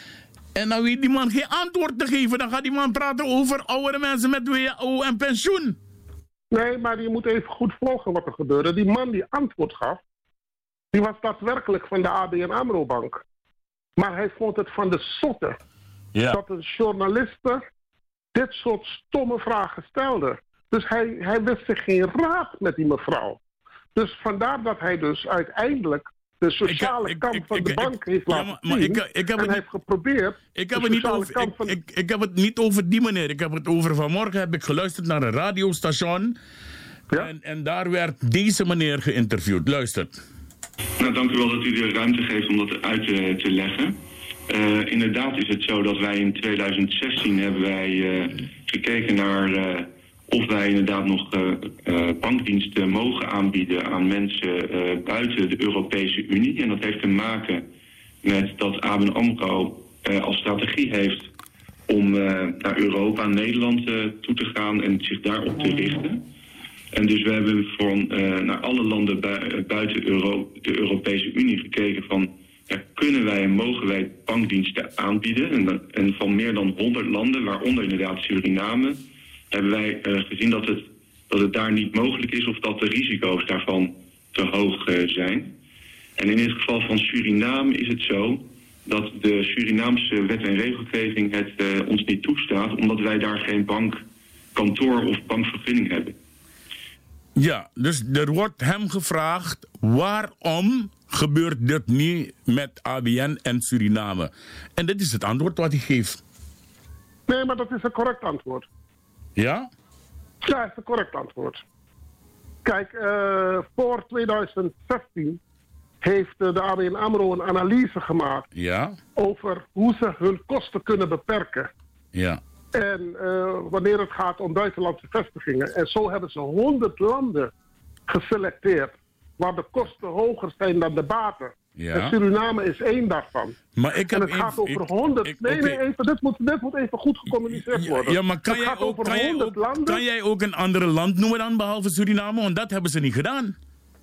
En dan weet die man geen antwoord te geven. Dan gaat die man praten over oudere mensen met W A O en pensioen. Nee, maar je moet even goed volgen wat er gebeurde. Die man die antwoord gaf, die was daadwerkelijk van de A B N AMRO-bank. Maar hij vond het van de zotte ja. dat een journaliste dit soort stomme vragen stelde. Dus hij, hij wist zich geen raad met die mevrouw. Dus vandaar dat hij dus uiteindelijk de sociale ik, kant ik, van ik, de ik, bank ik, heeft laten ja, maar, maar zien. Ik, ik heb en hij heeft geprobeerd ik heb, het niet over, ik, van... ik, ik heb het niet over die meneer. Ik heb het over vanmorgen heb ik geluisterd naar een radiostation. Ja? En, en daar werd deze meneer geïnterviewd. Luister. Nou, dank u wel dat u de ruimte geeft om dat uit te, te leggen. Uh, inderdaad is het zo dat wij in tweeduizend zestien hebben wij uh, gekeken naar uh, of wij inderdaad nog uh, uh, bankdiensten mogen aanbieden aan mensen uh, buiten de Europese Unie. En dat heeft te maken met dat A B N AMRO uh, als strategie heeft om uh, naar Europa, Nederland uh, toe te gaan en zich daarop te richten. En dus we hebben voor, uh, naar alle landen bu- buiten Euro- de Europese Unie gekeken van... Ja, kunnen wij en mogen wij bankdiensten aanbieden? En, en van meer dan honderd landen, waaronder inderdaad Suriname... hebben wij uh, gezien dat het, dat het daar niet mogelijk is of dat de risico's daarvan te hoog uh, zijn. En in het geval van Suriname is het zo dat de Surinaamse wet en regelgeving het uh, ons niet toestaat... omdat wij daar geen bankkantoor of bankvergunning hebben. Ja, dus er wordt hem gevraagd waarom gebeurt dit niet met A B N en Suriname? En dit is het antwoord wat hij geeft. Nee, maar dat is een correct antwoord. Ja? Ja, dat is een correct antwoord. Kijk, uh, voor tweeduizend zestien heeft uh, de A B N AMRO een analyse gemaakt... Ja? over hoe ze hun kosten kunnen beperken. Ja. En uh, wanneer het gaat om buitenlandse vestigingen. En zo hebben ze honderd landen geselecteerd waar de kosten hoger zijn dan de baten. Ja. En Suriname is één daarvan. Maar ik heb en het gaat over ik, honderd... Ik, nee, okay. nee, even, dit, moet, dit moet even goed gecommuniceerd worden. Ja, maar kan, jij ook, kan, jij ook, landen. kan jij ook een andere land noemen dan behalve Suriname? Want dat hebben ze niet gedaan.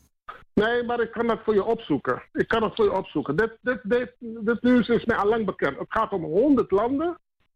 Nee, maar ik kan dat voor je opzoeken. Ik kan dat voor je opzoeken. Dit, dit, dit, dit nieuws is mij al lang bekend. Het gaat om honderd landen.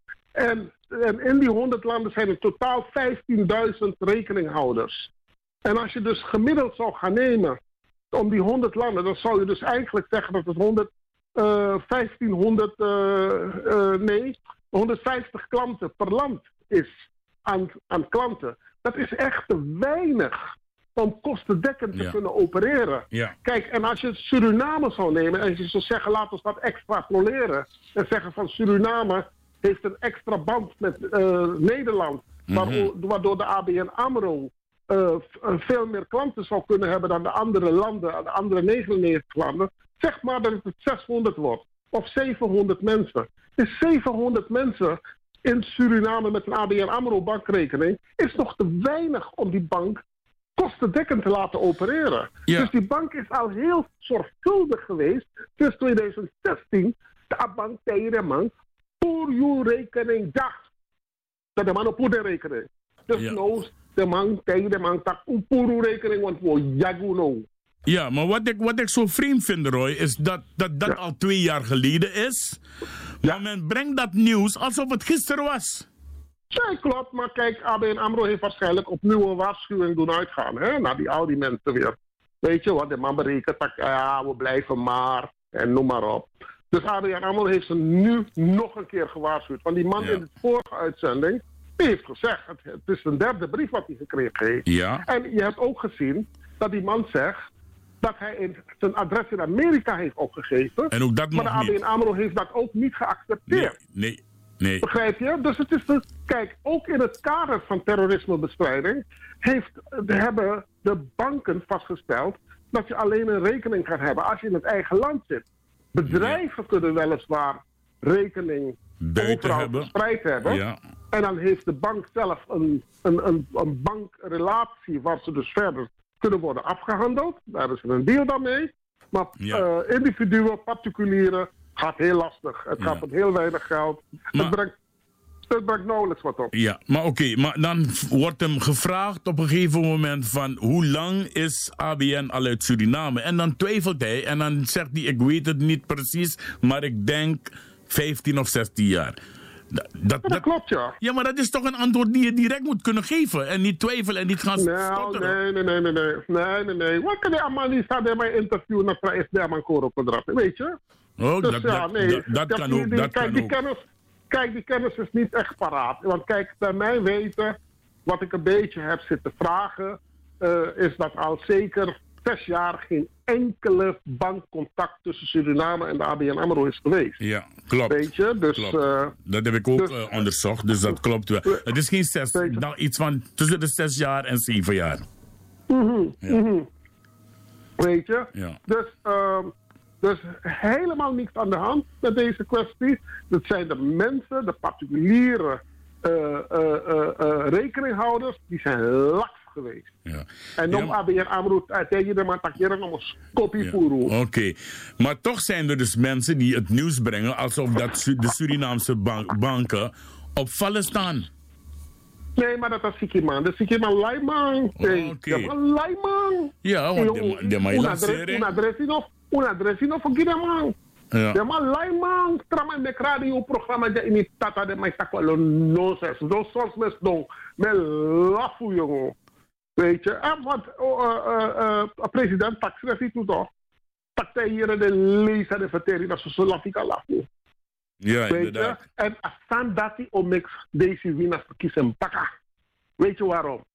En, en in die honderd landen zijn er totaal vijftienduizend rekeninghouders. En als je dus gemiddeld zou gaan nemen om die honderd landen, dan zou je dus eigenlijk zeggen dat het honderd, uh, vijftienhonderd, uh, uh, nee, honderdvijftig klanten per land is aan, aan klanten. Dat is echt te weinig om kostendekkend te ja. kunnen opereren. Ja. Kijk, en als je Suriname zou nemen en je zou zeggen, laten we dat extrapoleren en zeggen van Suriname heeft een extra band met uh, Nederland, mm-hmm. waardoor de A B N AMRO uh, veel meer klanten zou kunnen hebben dan de andere landen, de andere negenennegentig landen. Zeg maar dat het zeshonderd wordt, of zevenhonderd mensen. Is zevenhonderd mensen in Suriname met een A B N AMRO bankrekening is nog te weinig om die bank kostendekkend te laten opereren. Ja. Dus die bank is al heel zorgvuldig geweest sinds tweeduizend zestien. De bank tegen de man voor uw rekening dacht. Dat de man op de rekening. Dus ja. nou, de man tegen de man dacht op uw rekening, want we jagen nou. Ja, maar wat ik, wat ik zo vreemd vind, Roy, is dat dat, dat ja. al twee jaar geleden is. Ja. Maar men brengt dat nieuws alsof het gisteren was. Ja, klopt. Maar kijk, A B N AMRO heeft waarschijnlijk opnieuw een waarschuwing doen uitgaan. Hè? Naar die, al die mensen weer. Weet je wat, de man berekent dat ja, we blijven maar. En noem maar op. Dus A B N AMRO heeft ze nu nog een keer gewaarschuwd. Want die man ja. in de vorige uitzending, die heeft gezegd, het, het is een derde brief wat hij gekregen heeft. Ja. En je hebt ook gezien dat die man zegt dat hij in, zijn adres in Amerika heeft opgegeven. En ook dat maar nog de A B N AMRO heeft dat ook niet geaccepteerd. Nee, nee, nee. Begrijp je? Dus het is de, kijk, ook in het kader van terrorismebestrijding heeft, hebben de banken vastgesteld dat je alleen een rekening gaat hebben als je in het eigen land zit. Bedrijven ja. kunnen weliswaar rekening overal hebben. verspreid hebben. Ja. En dan heeft de bank zelf een, een, een, een bankrelatie waar ze dus verder kunnen worden afgehandeld. Daar is er een deal dan mee. Maar ja. uh, individuen, particulieren, gaat heel lastig. Het ja. gaat om heel weinig geld. Maar, het, brengt, het brengt nauwelijks wat op. Ja, maar oké. Okay, maar dan wordt hem gevraagd op een gegeven moment van hoe lang is A B N al uit Suriname? En dan twijfelt hij en dan zegt hij, ik weet het niet precies, maar ik denk vijftien of zestien jaar. Dat, dat, ja, dat, dat klopt, ja. Ja, maar dat is toch een antwoord die je direct moet kunnen geven. En niet twijfelen en niet gaan nou, stotteren. Nee, nee, nee, nee, nee, nee, nee. Wat kan die allemaal niet staan bij mijn interview naar Prijs Derman Koro Kodrap, weet je? Oh, dus, dat, ja, nee. dat, dat, dat kan ook, die, dat kijk, kan die ook. Kennis, kijk, die kennis is niet echt paraat. Want kijk, bij mij weten, wat ik een beetje heb zitten vragen, uh, is dat al zeker zes jaar geen enkele bankcontact tussen Suriname en de A B N AMRO is geweest. Ja, klopt. Weet je, dus... Klopt. Uh, dat heb ik ook dus, uh, onderzocht, dus dat klopt wel. Het is geen zes, nou, iets van tussen de zes jaar en zeven jaar. Mm-hmm, ja. mm-hmm. Weet je? Ja. Dus, uh, dus helemaal niks aan de hand met deze kwestie. Dat zijn de mensen, de particuliere uh, uh, uh, uh, rekeninghouders, die zijn laks geweest. Ja. En dan ja. A B N AMRO tegen de matakeren om een kopie voeren. Oké, okay. Maar toch zijn er dus mensen die het nieuws brengen alsof dat de Surinaamse bank, banken op vallen staan. Nee, maar dat is Sikiman. Dat is Sikiman Leiman. Oh, oké. Leiman. Ja, want de, de mijn lancering. Una adresino, una adresino voor Gideman. Ja. De man Leiman, trama de radioprogramma de in tata de mij takwalo nonsens. Zo soms mes don, met lafu jongen. Weet je, en wat uh, uh, uh, president Taxrefi toe toch? Takte hier de lezer de vertering dat ze zo lafika lafu. Ja, weet inderdaad. Je? En assan dati omix deze winners verkiezen bakka. Weet je waarom?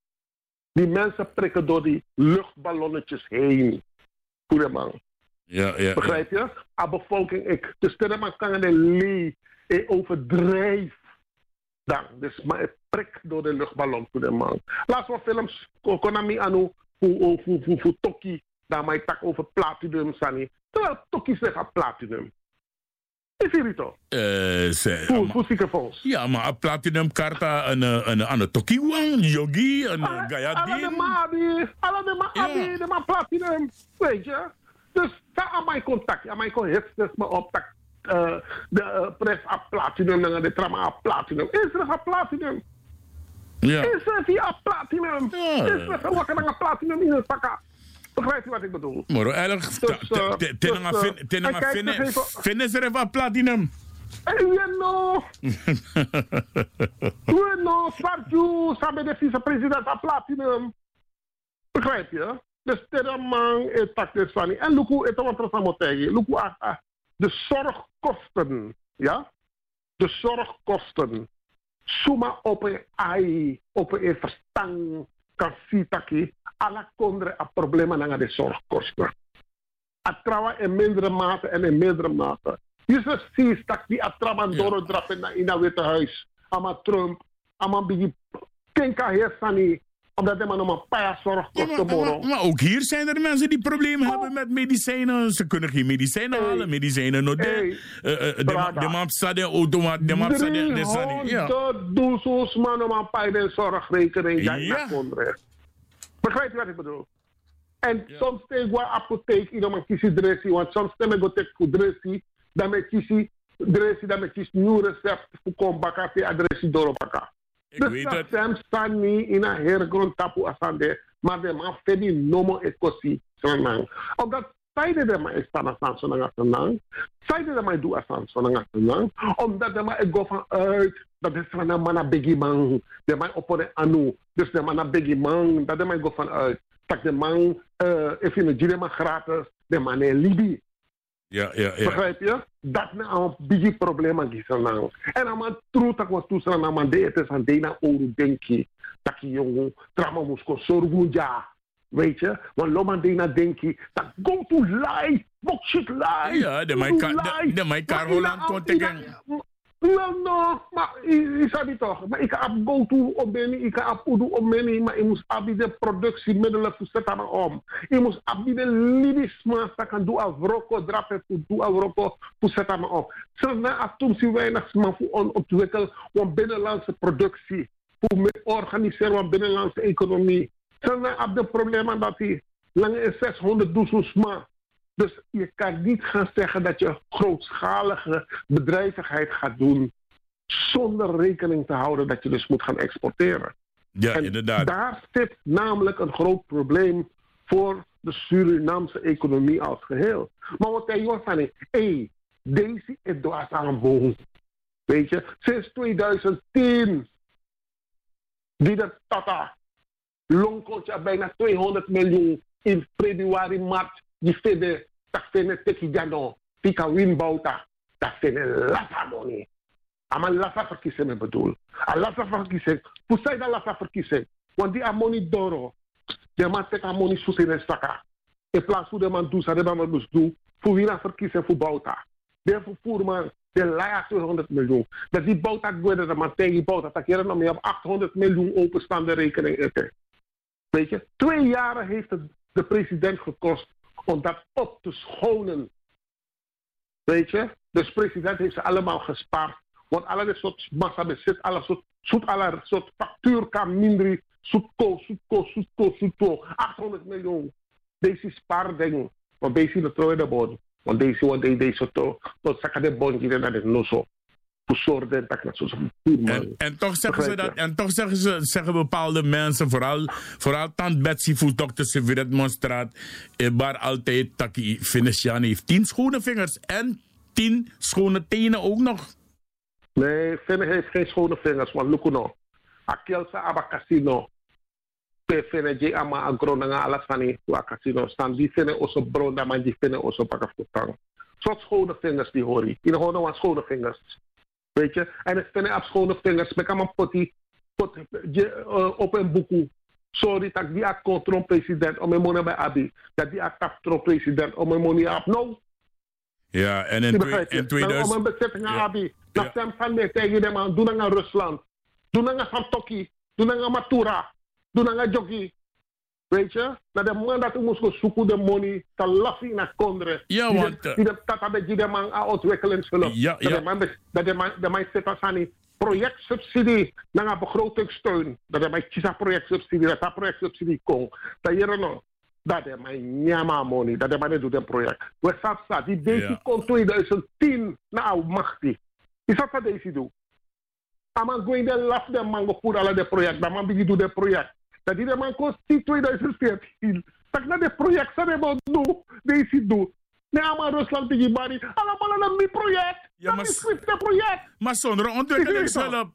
Die mensen prikken door die luchtballonnetjes heen. Goede man. Ja, ja, begrijp je? A bevolking ik. Dus de man kan de lee overdrijf. Dan, dus maar het prik door de luchtballon voor de man. Laatst wat films Konami anu voor voor voor Toki, daar mij tak over platinum sani. Terwijl Toki zegt platinum. Is hier niet toch? Uh, voor voor ziekenfonds. Ja, maar platinum karta een een een Toki wang, yogi, een Gayadin. Alle de mabi, alle de mabi, de ma platinum, weet je? Dus daar aan mijn contact, aan mijn contact, dus me op dat uh, de uh, pres a platinum en de trama a platinum. Is er een platinum? Ja. Is er via platinum? Ja. Is er een een platinum in het pakka? Begrijpt u wat ik bedoel? Maar eigenlijk, vinden ze er wat platinum? You know, you know, Sarju, samen de vice-president a platinum. Begrijp je? Dus de man is takjes van en luku het wat er samen tegen. Luku ah de zorgkosten, ja, de zorgkosten. Suma op een ai, op een verstand kan zien taki. Alla kondre a problemen naar de zorgkosten. A trouwen in mindere mate en in meerdere mate. Je ziet dat die a trouwen doordrappen in dat Witte Huis. Ama Trump, ama bigi kenka heer sani. Omdat de man om een paar zorgkosten boren. Maar ook hier zijn er mensen die problemen oh. hebben met medicijnen. Ze kunnen geen medicijnen hey. halen. Medicijnen no de. De man staat de automaat. De man staat de sani. Ja. Dat doen zo'n man om een paar de zorgrekening. Ja. Begrijp je wat ik bedoel? En ja. soms tegen een apotheek, iemand man kies dressie, want soms stemmen go tek voor dressie, dan met kies dressie, dan met kies nieuw recept voor kom bakken, voor adressie door bakken. Dus dat zijn staan niet in een hergrond tapu asande, maar de man vedi nomo ekosi sanang. Omdat zijde de man is staan asan sanang asanang, zijde de man doe asan sanang asanang, omdat de man go van uit. Dat is van een man begi man, de man op een anu. Dus de man begi man, dat de man go van uit. Dat de man, uh, even een jile man gratis, de man in Libië. Ja, ja, ja. Begrijp je? Dat is een bigi probleem aan die nou. En dan man troet dat wat toestaan aan man de het is aan dena oru denki. Dat je jongen, trama musko sorgu ja. Weet je? Want loman dena denki, dat go to lie, bok shit lie. Ja, de mijn Carolan kon tegen. Wel, no, maar je sabi toch. Maar ik kan go to om meni, ik kan udo om meni, maar je moet abide productiemiddelen voor zetten om. Je moet abide libisma, dat kan doen als roko drapen, voor doen als roko voor zetten om. Zelfs na atom zie weinig man voor ontwikkelen van binnenlandse productie, voor organiseren van binnenlandse economie. Zelfs na ab de problemen dat hij lang is zeshonderdduizend man. Dus je kan niet gaan zeggen dat je grootschalige bedrijvigheid gaat doen zonder rekening te houden dat je dus moet gaan exporteren. Ja, en inderdaad. Daar zit namelijk een groot probleem voor de Surinaamse economie als geheel. Maar wat hij joh van hé, deze is door aan boom. Weet je, sinds twintig tien, die de Tata, Longkontje bijna tweehonderd miljoen in februari, maart. Die vinden, dat vinden tekijano, pika winbouta, dat vinden lasa doni. Maar lasa verkiezingen bedoel. A lasa verkiezing, hoe zij dat lasa verkiezing? Want die amoni doro, de man tek amoni soet in de staka. In plaats van de man doet, dat de man dus doet, voor wie na verkiezing voor bouta. Daarvoor voer man, de laia tweehonderd miljoen. Dat die bouta gweden, de man tegen die bouta, dat keren nog meer op achthonderd miljoen openstaande rekening. Weet je, twee jaren heeft het de president gekost om dat op te schonen. Weet je? Dus de president heeft ze allemaal gespaard. Want alle soort massa bezit, alle soort, soort, alle soort factuur kan minder, zoetko, zoetko, zoetko, zoetko. achthonderd miljoen. Deze spaardingen. Want deze de trooi de bod. Want deze wat deze to, tot zakken de bondje naar de nozo. En, en toch zeggen ze dat, en toch zeggen ze, zeggen bepaalde mensen, vooral, vooral tant Betsy voelt dokter Severet Monstraat, waar altijd taki Venetiaan heeft tien schone vingers en tien schone tenen ook nog. Nee, Vene heeft geen schone vingers, want look no. Akelsa aba casino. Pe Vene je ama agronanga alasani wa casino staan die Vene oso bronda man die Vene oso pakafutang. Soort schone vingers die hoor je. Die horen wat schone vingers. Weet je, en ik vind op schone vingers, ik kan mijn potje pot, uh, op een boek. Sorry dat die a controle-president om mijn money bij Abi. Dat die a controle-president om mijn money op. No. Ja, en in, twi- in tweeduizend... Om een bezetting naar Abi. Dat zijn van mij tegen de man. Doe naar Rusland. Doe naar Santoki. Doe naar Matura. Doe naar Jogi. Weet je? Dat de man dat we moesten zoeken de money, te lassen in de kondre. Ja, die want... De, die de tata die de man aan ontwikkelingshulp. Ja, ja. Dat de man, dat de man, de man zit als aan projectsubsidie, naar een begrotingssteun. Dat de man kiest een projectsubsidie, dat dat projectsubsidie komt. Dat hier nog. Dat de man nyama money, dat de man doet een project. We zaten die deze komt twintig tien naar machtig. Is dat wat deze doet? Aman going de laf de man voor alle de project, dat man begint doen de project. Dat die de man kost twintig veertien. Dat na de project zijn we doen, deze doen. Nee, maar Rusland begint bari. Allemaal een mi project. Ja, maar de project. Maar zonder ontwikkelingshulp.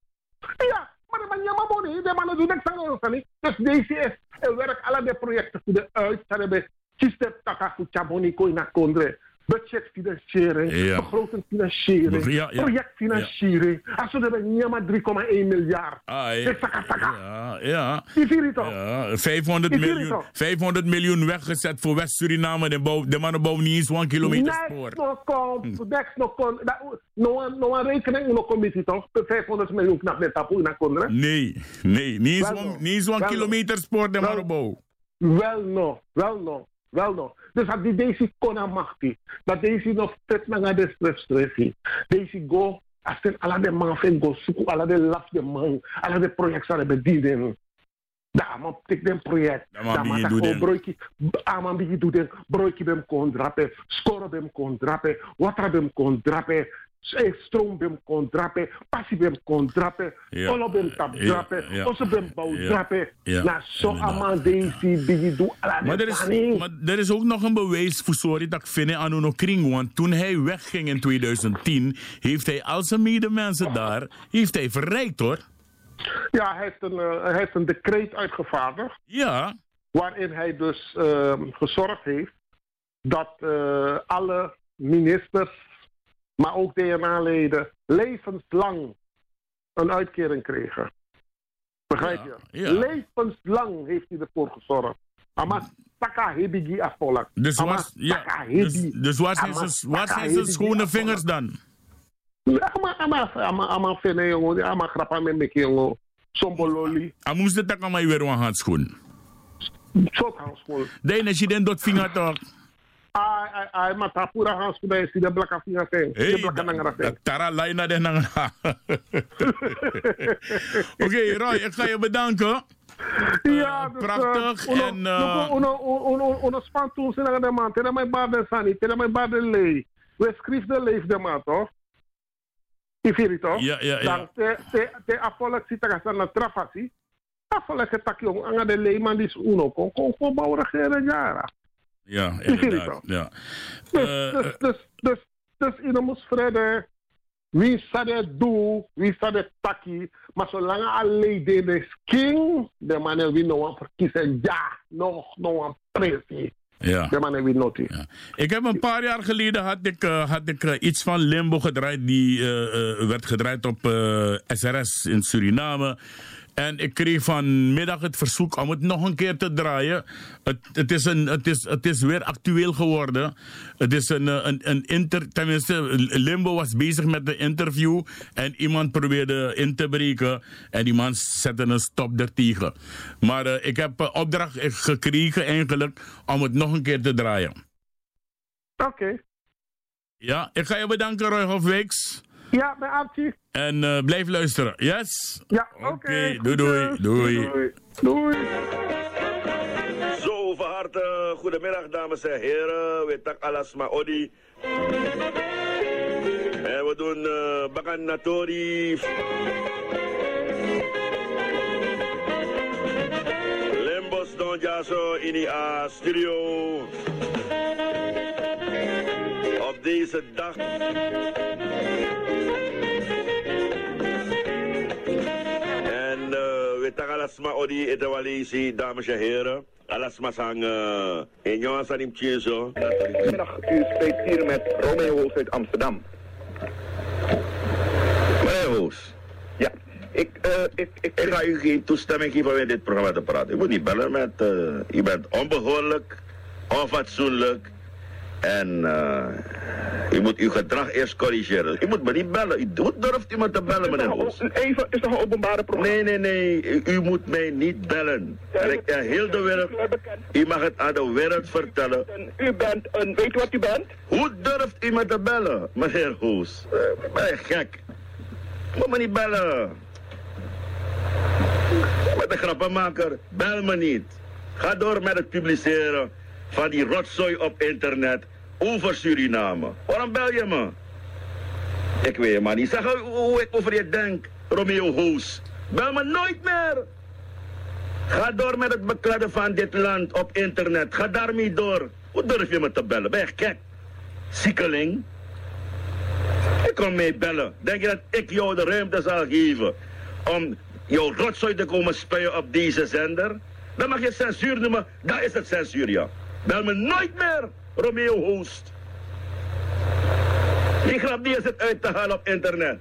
Ja, maar de man nyama money, de man doet niks aan ons. Dus deze is, er werkt alle de projecten voor de uit. Dat hebben kiste taka voor Chaboni koi na kondre. Budgetfinanciering, ja. begrotingsfinanciering, ja, ja. projectfinanciering. Ja. Als we hebben nyama drie komma één miljard. Ai. Ja, ja. ja. vijfhonderd miljoen, vijfhonderd miljoen weggezet voor West-Suriname. De, bouw, de mannen bouwen niet eens een kilometer spoor. Nee, nog kom. Next nog kom. Nog een rekening, nog commissie toch? vijfhonderd miljoen knap net tapu in de Nee, nee. Niet eens een kilometer spoor de mannen bouwen. Wel nog, wel nog. Wel nog. Dus dat die deze kona machtig. Dat deze nog vet naar de stress. Deze go, als ze alle de man van go zoeken, alle de laf de man, alle de projecten hebben bedienen. Daar man tik den project. Daar man dat go broodje, ah man begin doen den broodje bem kon drapen, scoren bem kon drapen, water bem kon drapen. Stroom bem kon drapen, passie bem kon drapen, olo bem tap drapen, osso bem bouw drapen. Nou, zo allemaal deze die doen. Maar er, is, maar er is ook nog een bewijs voor sorry dat ik vind aan Uno Kring, want toen hij wegging in twintig tien, heeft hij al zijn medemensen daar, heeft hij verrijkt hoor. Ja, hij heeft een, uh, hij heeft een decreet uitgevaardigd. Ja. Waarin hij dus uh, gezorgd heeft dat uh, alle ministers, maar ook D N A-leden, levenslang een uitkering kregen. Begrijp je? Ja, ja. Levenslang heeft hij ervoor gezorgd. Maar taka hebigi afvolk. Dus wat dus, dus zijn zijn schone vingers dan? Ama ama ama ama fene jongen, ama grappa met me jongen. Sombololi. Amus de tak ama weer een handschoen. Soort handschoen. Nee, als je den dot vinger toch. Ai ai ai, maar tapura handschoen bij si de blakka vinger zijn. Hey, dat tara laina de nanga. Oké, Roy, ik ga je bedanken. Ja, dus, prachtig uh, en... Uh, uno, uno, uno spantoon zijn de man. Tel mij baden sani, tel mij baden lei. We schrijven de leef de man, toch? Ifiri, toch? Ja, ja, ja. Dan te, te, te apolek zit er aan de trafasi. Apolek het tak jong, aan de lei man die is uno. Kon, kon, kon bouwen regeren jaren. Ja, inderdaad. Ja. Dus, uh, dus, dus, dus, dus, in ons vrede... Wie zou het doen, wie zou het taki, maar zolang alleen de king, de mannen wie nog aan verkiezen, ja, nog, nog aan pressie. Ja. De mannen wie not. Ja. Ik heb een paar jaar geleden had ik, uh, had ik uh, iets van Limbo gedraaid, die uh, uh, werd gedraaid op uh, S R S in Suriname. En ik kreeg vanmiddag het verzoek om het nog een keer te draaien. Het, het, is, een, het, is, het is weer actueel geworden. Het is een, een, een inter... Tenminste, Limbo was bezig met de interview. En iemand probeerde in te breken. En die man zette een stop ertegen. Maar uh, ik heb uh, opdracht gekregen eigenlijk om het nog een keer te draaien. Oké. Okay. Ja, ik ga je bedanken, Roy Hofweeks. Ja, bij Archie. En uh, blijf luisteren. Yes? Ja, oké. Okay. Doei, doei, doei. Doei. Doei. Zo, van harte goedemiddag, dames en heren. We tak alasma odi. En we doen uh, Bakan Natori. Lembos Don Jaso in die uh, studio. Op deze dag. En uh, we tak alasma odi etawalisi, dames en heren. Alasma sang uh, in jongens aan hem tjezo. Goedemiddag, u spreekt hier met Romeo Hoos uit Amsterdam. Meneer Hoos. Ja, ik, uh, ik, ik... Ik ga u geen toestemming geven om in dit programma te praten. U moet niet bellen met... Uh, u bent onbehoorlijk, onfatsoenlijk. En uh, u moet uw gedrag eerst corrigeren. U moet me niet bellen. U durft iemand te bellen, meneer Hoos. Even, is toch een openbare programma? Nee, nee, nee. U, u moet mij niet bellen. En ik en heel de wereld... U mag het aan de wereld vertellen. U bent een... Weet u wat u bent? Hoe durft u me te bellen, meneer Hoos? Uh, ben je gek? U moet me niet bellen. Met de grappenmaker, bel me niet. Ga door met het publiceren van die rotzooi op internet over Suriname. Waarom bel je me? Ik weet je maar niet. Zeg hoe ik over je denk, Romeo Hoos. Bel me nooit meer. Ga door met het bekladden van dit land op internet. Ga daarmee door. Hoe durf je me te bellen? Ben je gek? Ziekeling? Ik kom mee bellen. Denk je dat ik jou de ruimte zal geven om jouw rotzooi te komen spuien op deze zender? Dan mag je censuur noemen. Dat is het censuur, ja. Bel me nooit meer, Romeo Hoos. Die grap die is het uit te halen op internet.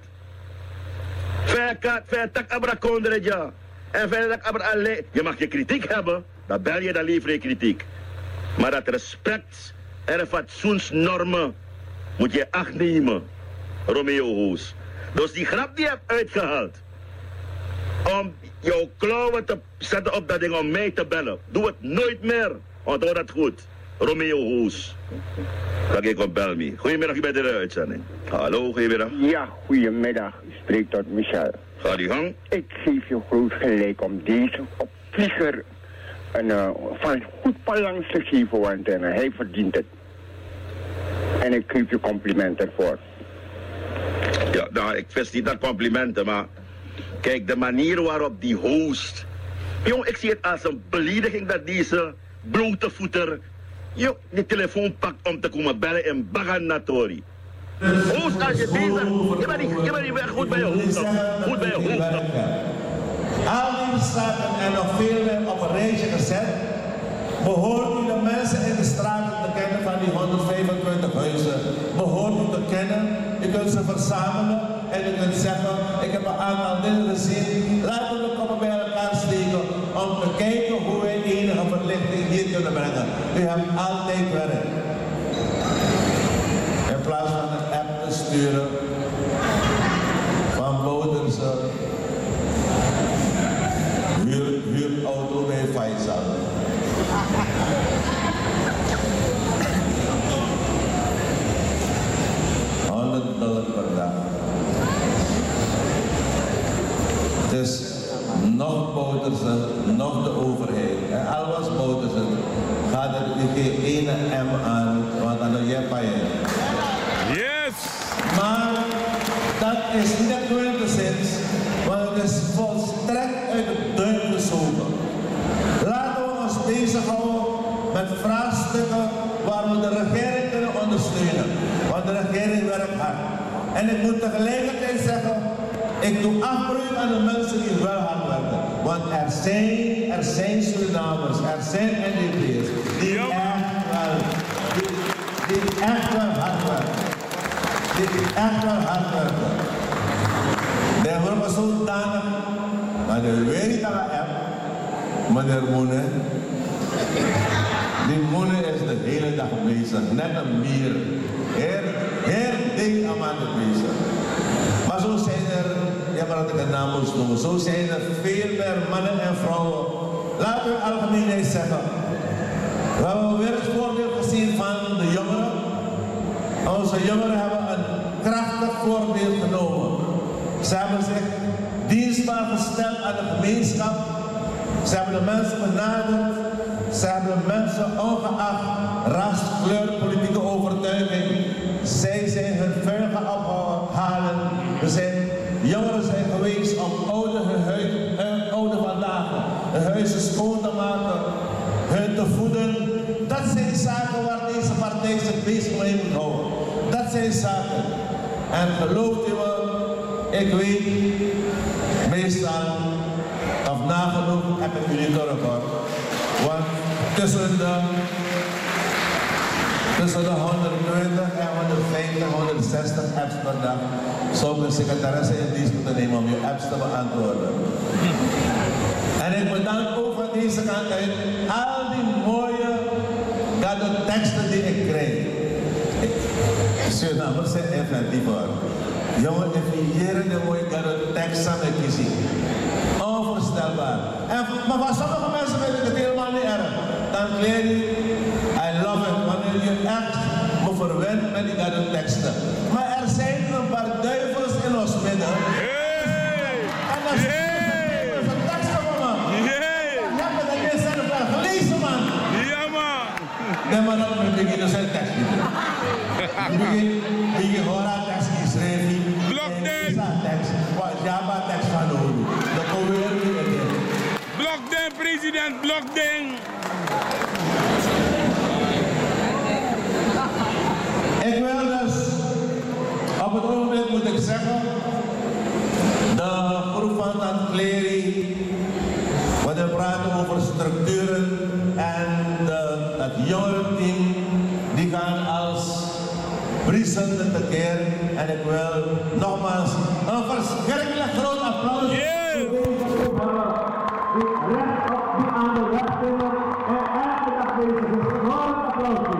Vijf tak abrakondre, ja. En vijf tak abra alle. Je mag je kritiek hebben, dan bel je, dan lever je kritiek. Maar dat respect en fatsoensnormen moet je acht nemen, Romeo Hoos. Dus die grap die je hebt uitgehaald om jouw klauwen te zetten op dat ding om mij te bellen. Doe het nooit meer. Onthoud dat goed. Romeo Hoos. Dan ik op bel me. Goedemiddag, u bent in de uitzending. Hallo, goedemiddag. Ja, goedemiddag. U spreekt tot Michel. Ga die gang. Ik geef je groot gelijk om deze opvlieger een, uh, van goed balans te geven, want uh, hij verdient het. En ik geef je complimenten ervoor. Ja, nou, ik wist niet naar complimenten, maar kijk, de manier waarop die host... Jong, ik zie het als een belediging dat deze blote voeter... Jong, die telefoon pakt om te komen bellen in Baganatori. Host, als je deze... Je bent niet, je bent niet weg, goed bij je hoofd. Goed bij je hoofd. Al die straten en nog veel meer op een rijtje gezet. Behoort u de mensen in de straten te kennen van die honderdvijfentwintig huizen. Behoort u te kennen. U kunt ze verzamelen en u kunt zeggen, ik heb een aantal dingen gezien. Laten we komen bij elkaar steken om te kijken hoe wij enige verlichting hier kunnen brengen. U hebt altijd werk. In plaats van een app te sturen, Dus nog botert ze, nog de overheid. En al was botert ze, gaat er geen ene M aan, want dan doe je pijn. Yes! Maar dat is niet de quintessens, want het is volstrekt uit de duim gezogen. Laten we ons bezighouden met vraagstukken waar we de regering kunnen ondersteunen. Want de regering werkt hard. En ik moet tegelijkertijd zeggen, ik doe afbreuk aan de mensen die wel hard werken. Want er zijn, er zijn Surinamers, er zijn N D P'ers die echt wel, die, die echt wel hard werken. Die echt wel hard werken. Die worden zodanig, maar de weet niet dat ik heb, meneer Moene. Die Moene is de hele dag bezig, net een mier. Heel, heel dik aan de bezig. Maar zo zijn er, ja maar dat ik een naam moet noemen, zo zijn er veel meer mannen en vrouwen. Laten we algemeenheid zeggen. We hebben weer het voorbeeld gezien van de jongeren. Onze jongeren hebben een krachtig voorbeeld genomen. Ze hebben zich dienstbaar gesteld aan de gemeenschap. Ze hebben de mensen benaderd. Ze hebben de mensen ongeacht ras, kleur, politieke overtuiging. Zij zijn hun vuil gaan ophalen. Er zijn jongeren zijn geweest om oude, hun, huid, hun oude vandaag hun huizen schoon te maken, hun te voeden. Dat zijn zaken waar deze partij zich bezig mee moet houden. Dat zijn zaken. En gelooft u me, ik weet meestal, of nagenoeg heb ik jullie doorgehoord. Want tussen de, tussen de honderdtwintig en honderdvijftig, honderdzestig apps per dag zou mijn secretaresse in dienst moeten nemen om je apps te beantwoorden. En ik bedank ook van deze kant uit al die mooie teksten die ik krijg. Surinamers zijn inventief hoor. Jongen, definiëren de mooie teksten met kiezen. Onvoorstelbaar. En, maar voor sommige mensen vind ik het helemaal niet erg. Dan leer je, I love it, wanneer je echt me verwendt met die gadde teksten. Maar er zijn een paar duivels in ons midden. Hey! En dan hey! Is een teksten van me. Hey! Je hebt het niet zelf wel gelezen man. Ja man. Nee maar dan moet ik dus een tekst niet. Die je hoort aan tekst geschreven. Blokding! Wat ja maar tekst van doen. Dan komen we weer in. Blokding, president, blokding! Ik wil dus, op het ogenblik moet ik zeggen, de groep van Tante Clary, wat we praten over structuren en de, het jongerenteam, die gaan als briesende tekeer. En ik wil nogmaals een verschrikkelijk groot applaus yeah. die recht op die aan de weg vinden en elke dag bezig is. Een groot applaus.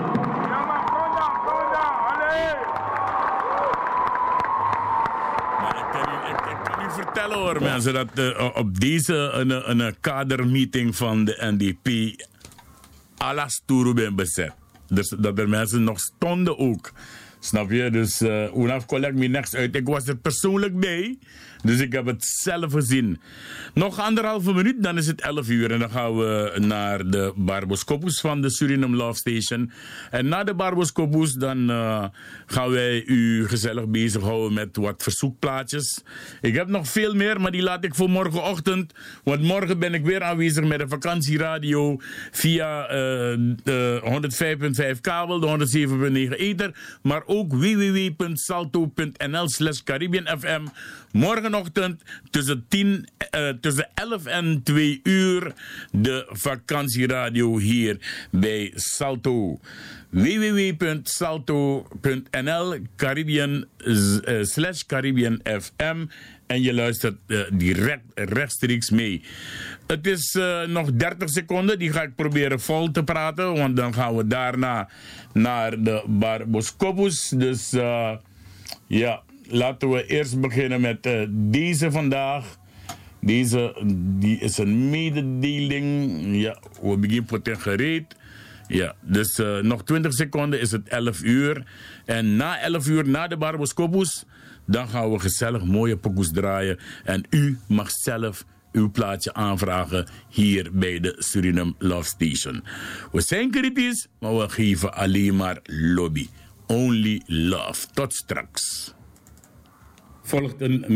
Vertellen hoor mensen dat uh, op deze een, een kadermeeting van de N D P alla stoeren ben bezet. Dus dat er mensen nog stonden ook. Snap je? Dus uh, Unaf collect me niks uit. Ik was er persoonlijk bij. Dus ik heb het zelf gezien. Nog anderhalve minuut, dan is het elf uur. En dan gaan we naar de Barboscopus van de Suriname Love Station. En na de Barboscopus, dan uh, gaan wij u gezellig bezighouden met wat verzoekplaatjes. Ik heb nog veel meer, maar die laat ik voor morgenochtend. Want morgen ben ik weer aanwezig met de vakantieradio via uh, de honderdvijf komma vijf kabel, de honderdzeven komma negen ether. Maar ook w w w punt salto punt n l slash Caribbean F M. Morgenochtend tussen, tien, uh, tussen elf en twee uur de vakantieradio hier bij Salto. w w w punt salto punt n l Caribbean uh, slash Caribbean F M. En je luistert uh, direct rechtstreeks mee. Het is uh, nog dertig seconden. Die ga ik proberen vol te praten. Want dan gaan we daarna naar de Barboscopus. Dus uh, ja, laten we eerst beginnen met uh, deze vandaag. Deze die is een mededeling. Ja, we beginnen poten gereed. Ja, dus uh, nog twintig seconden is het elf uur. En na elf uur, na de Barboscopus, Dan gaan we gezellig mooie pokoes draaien. En u mag zelf uw plaatje aanvragen hier bij de Suriname Love Station. We zijn kritisch, maar we geven alleen maar lobby. Only love. Tot straks. Volgt een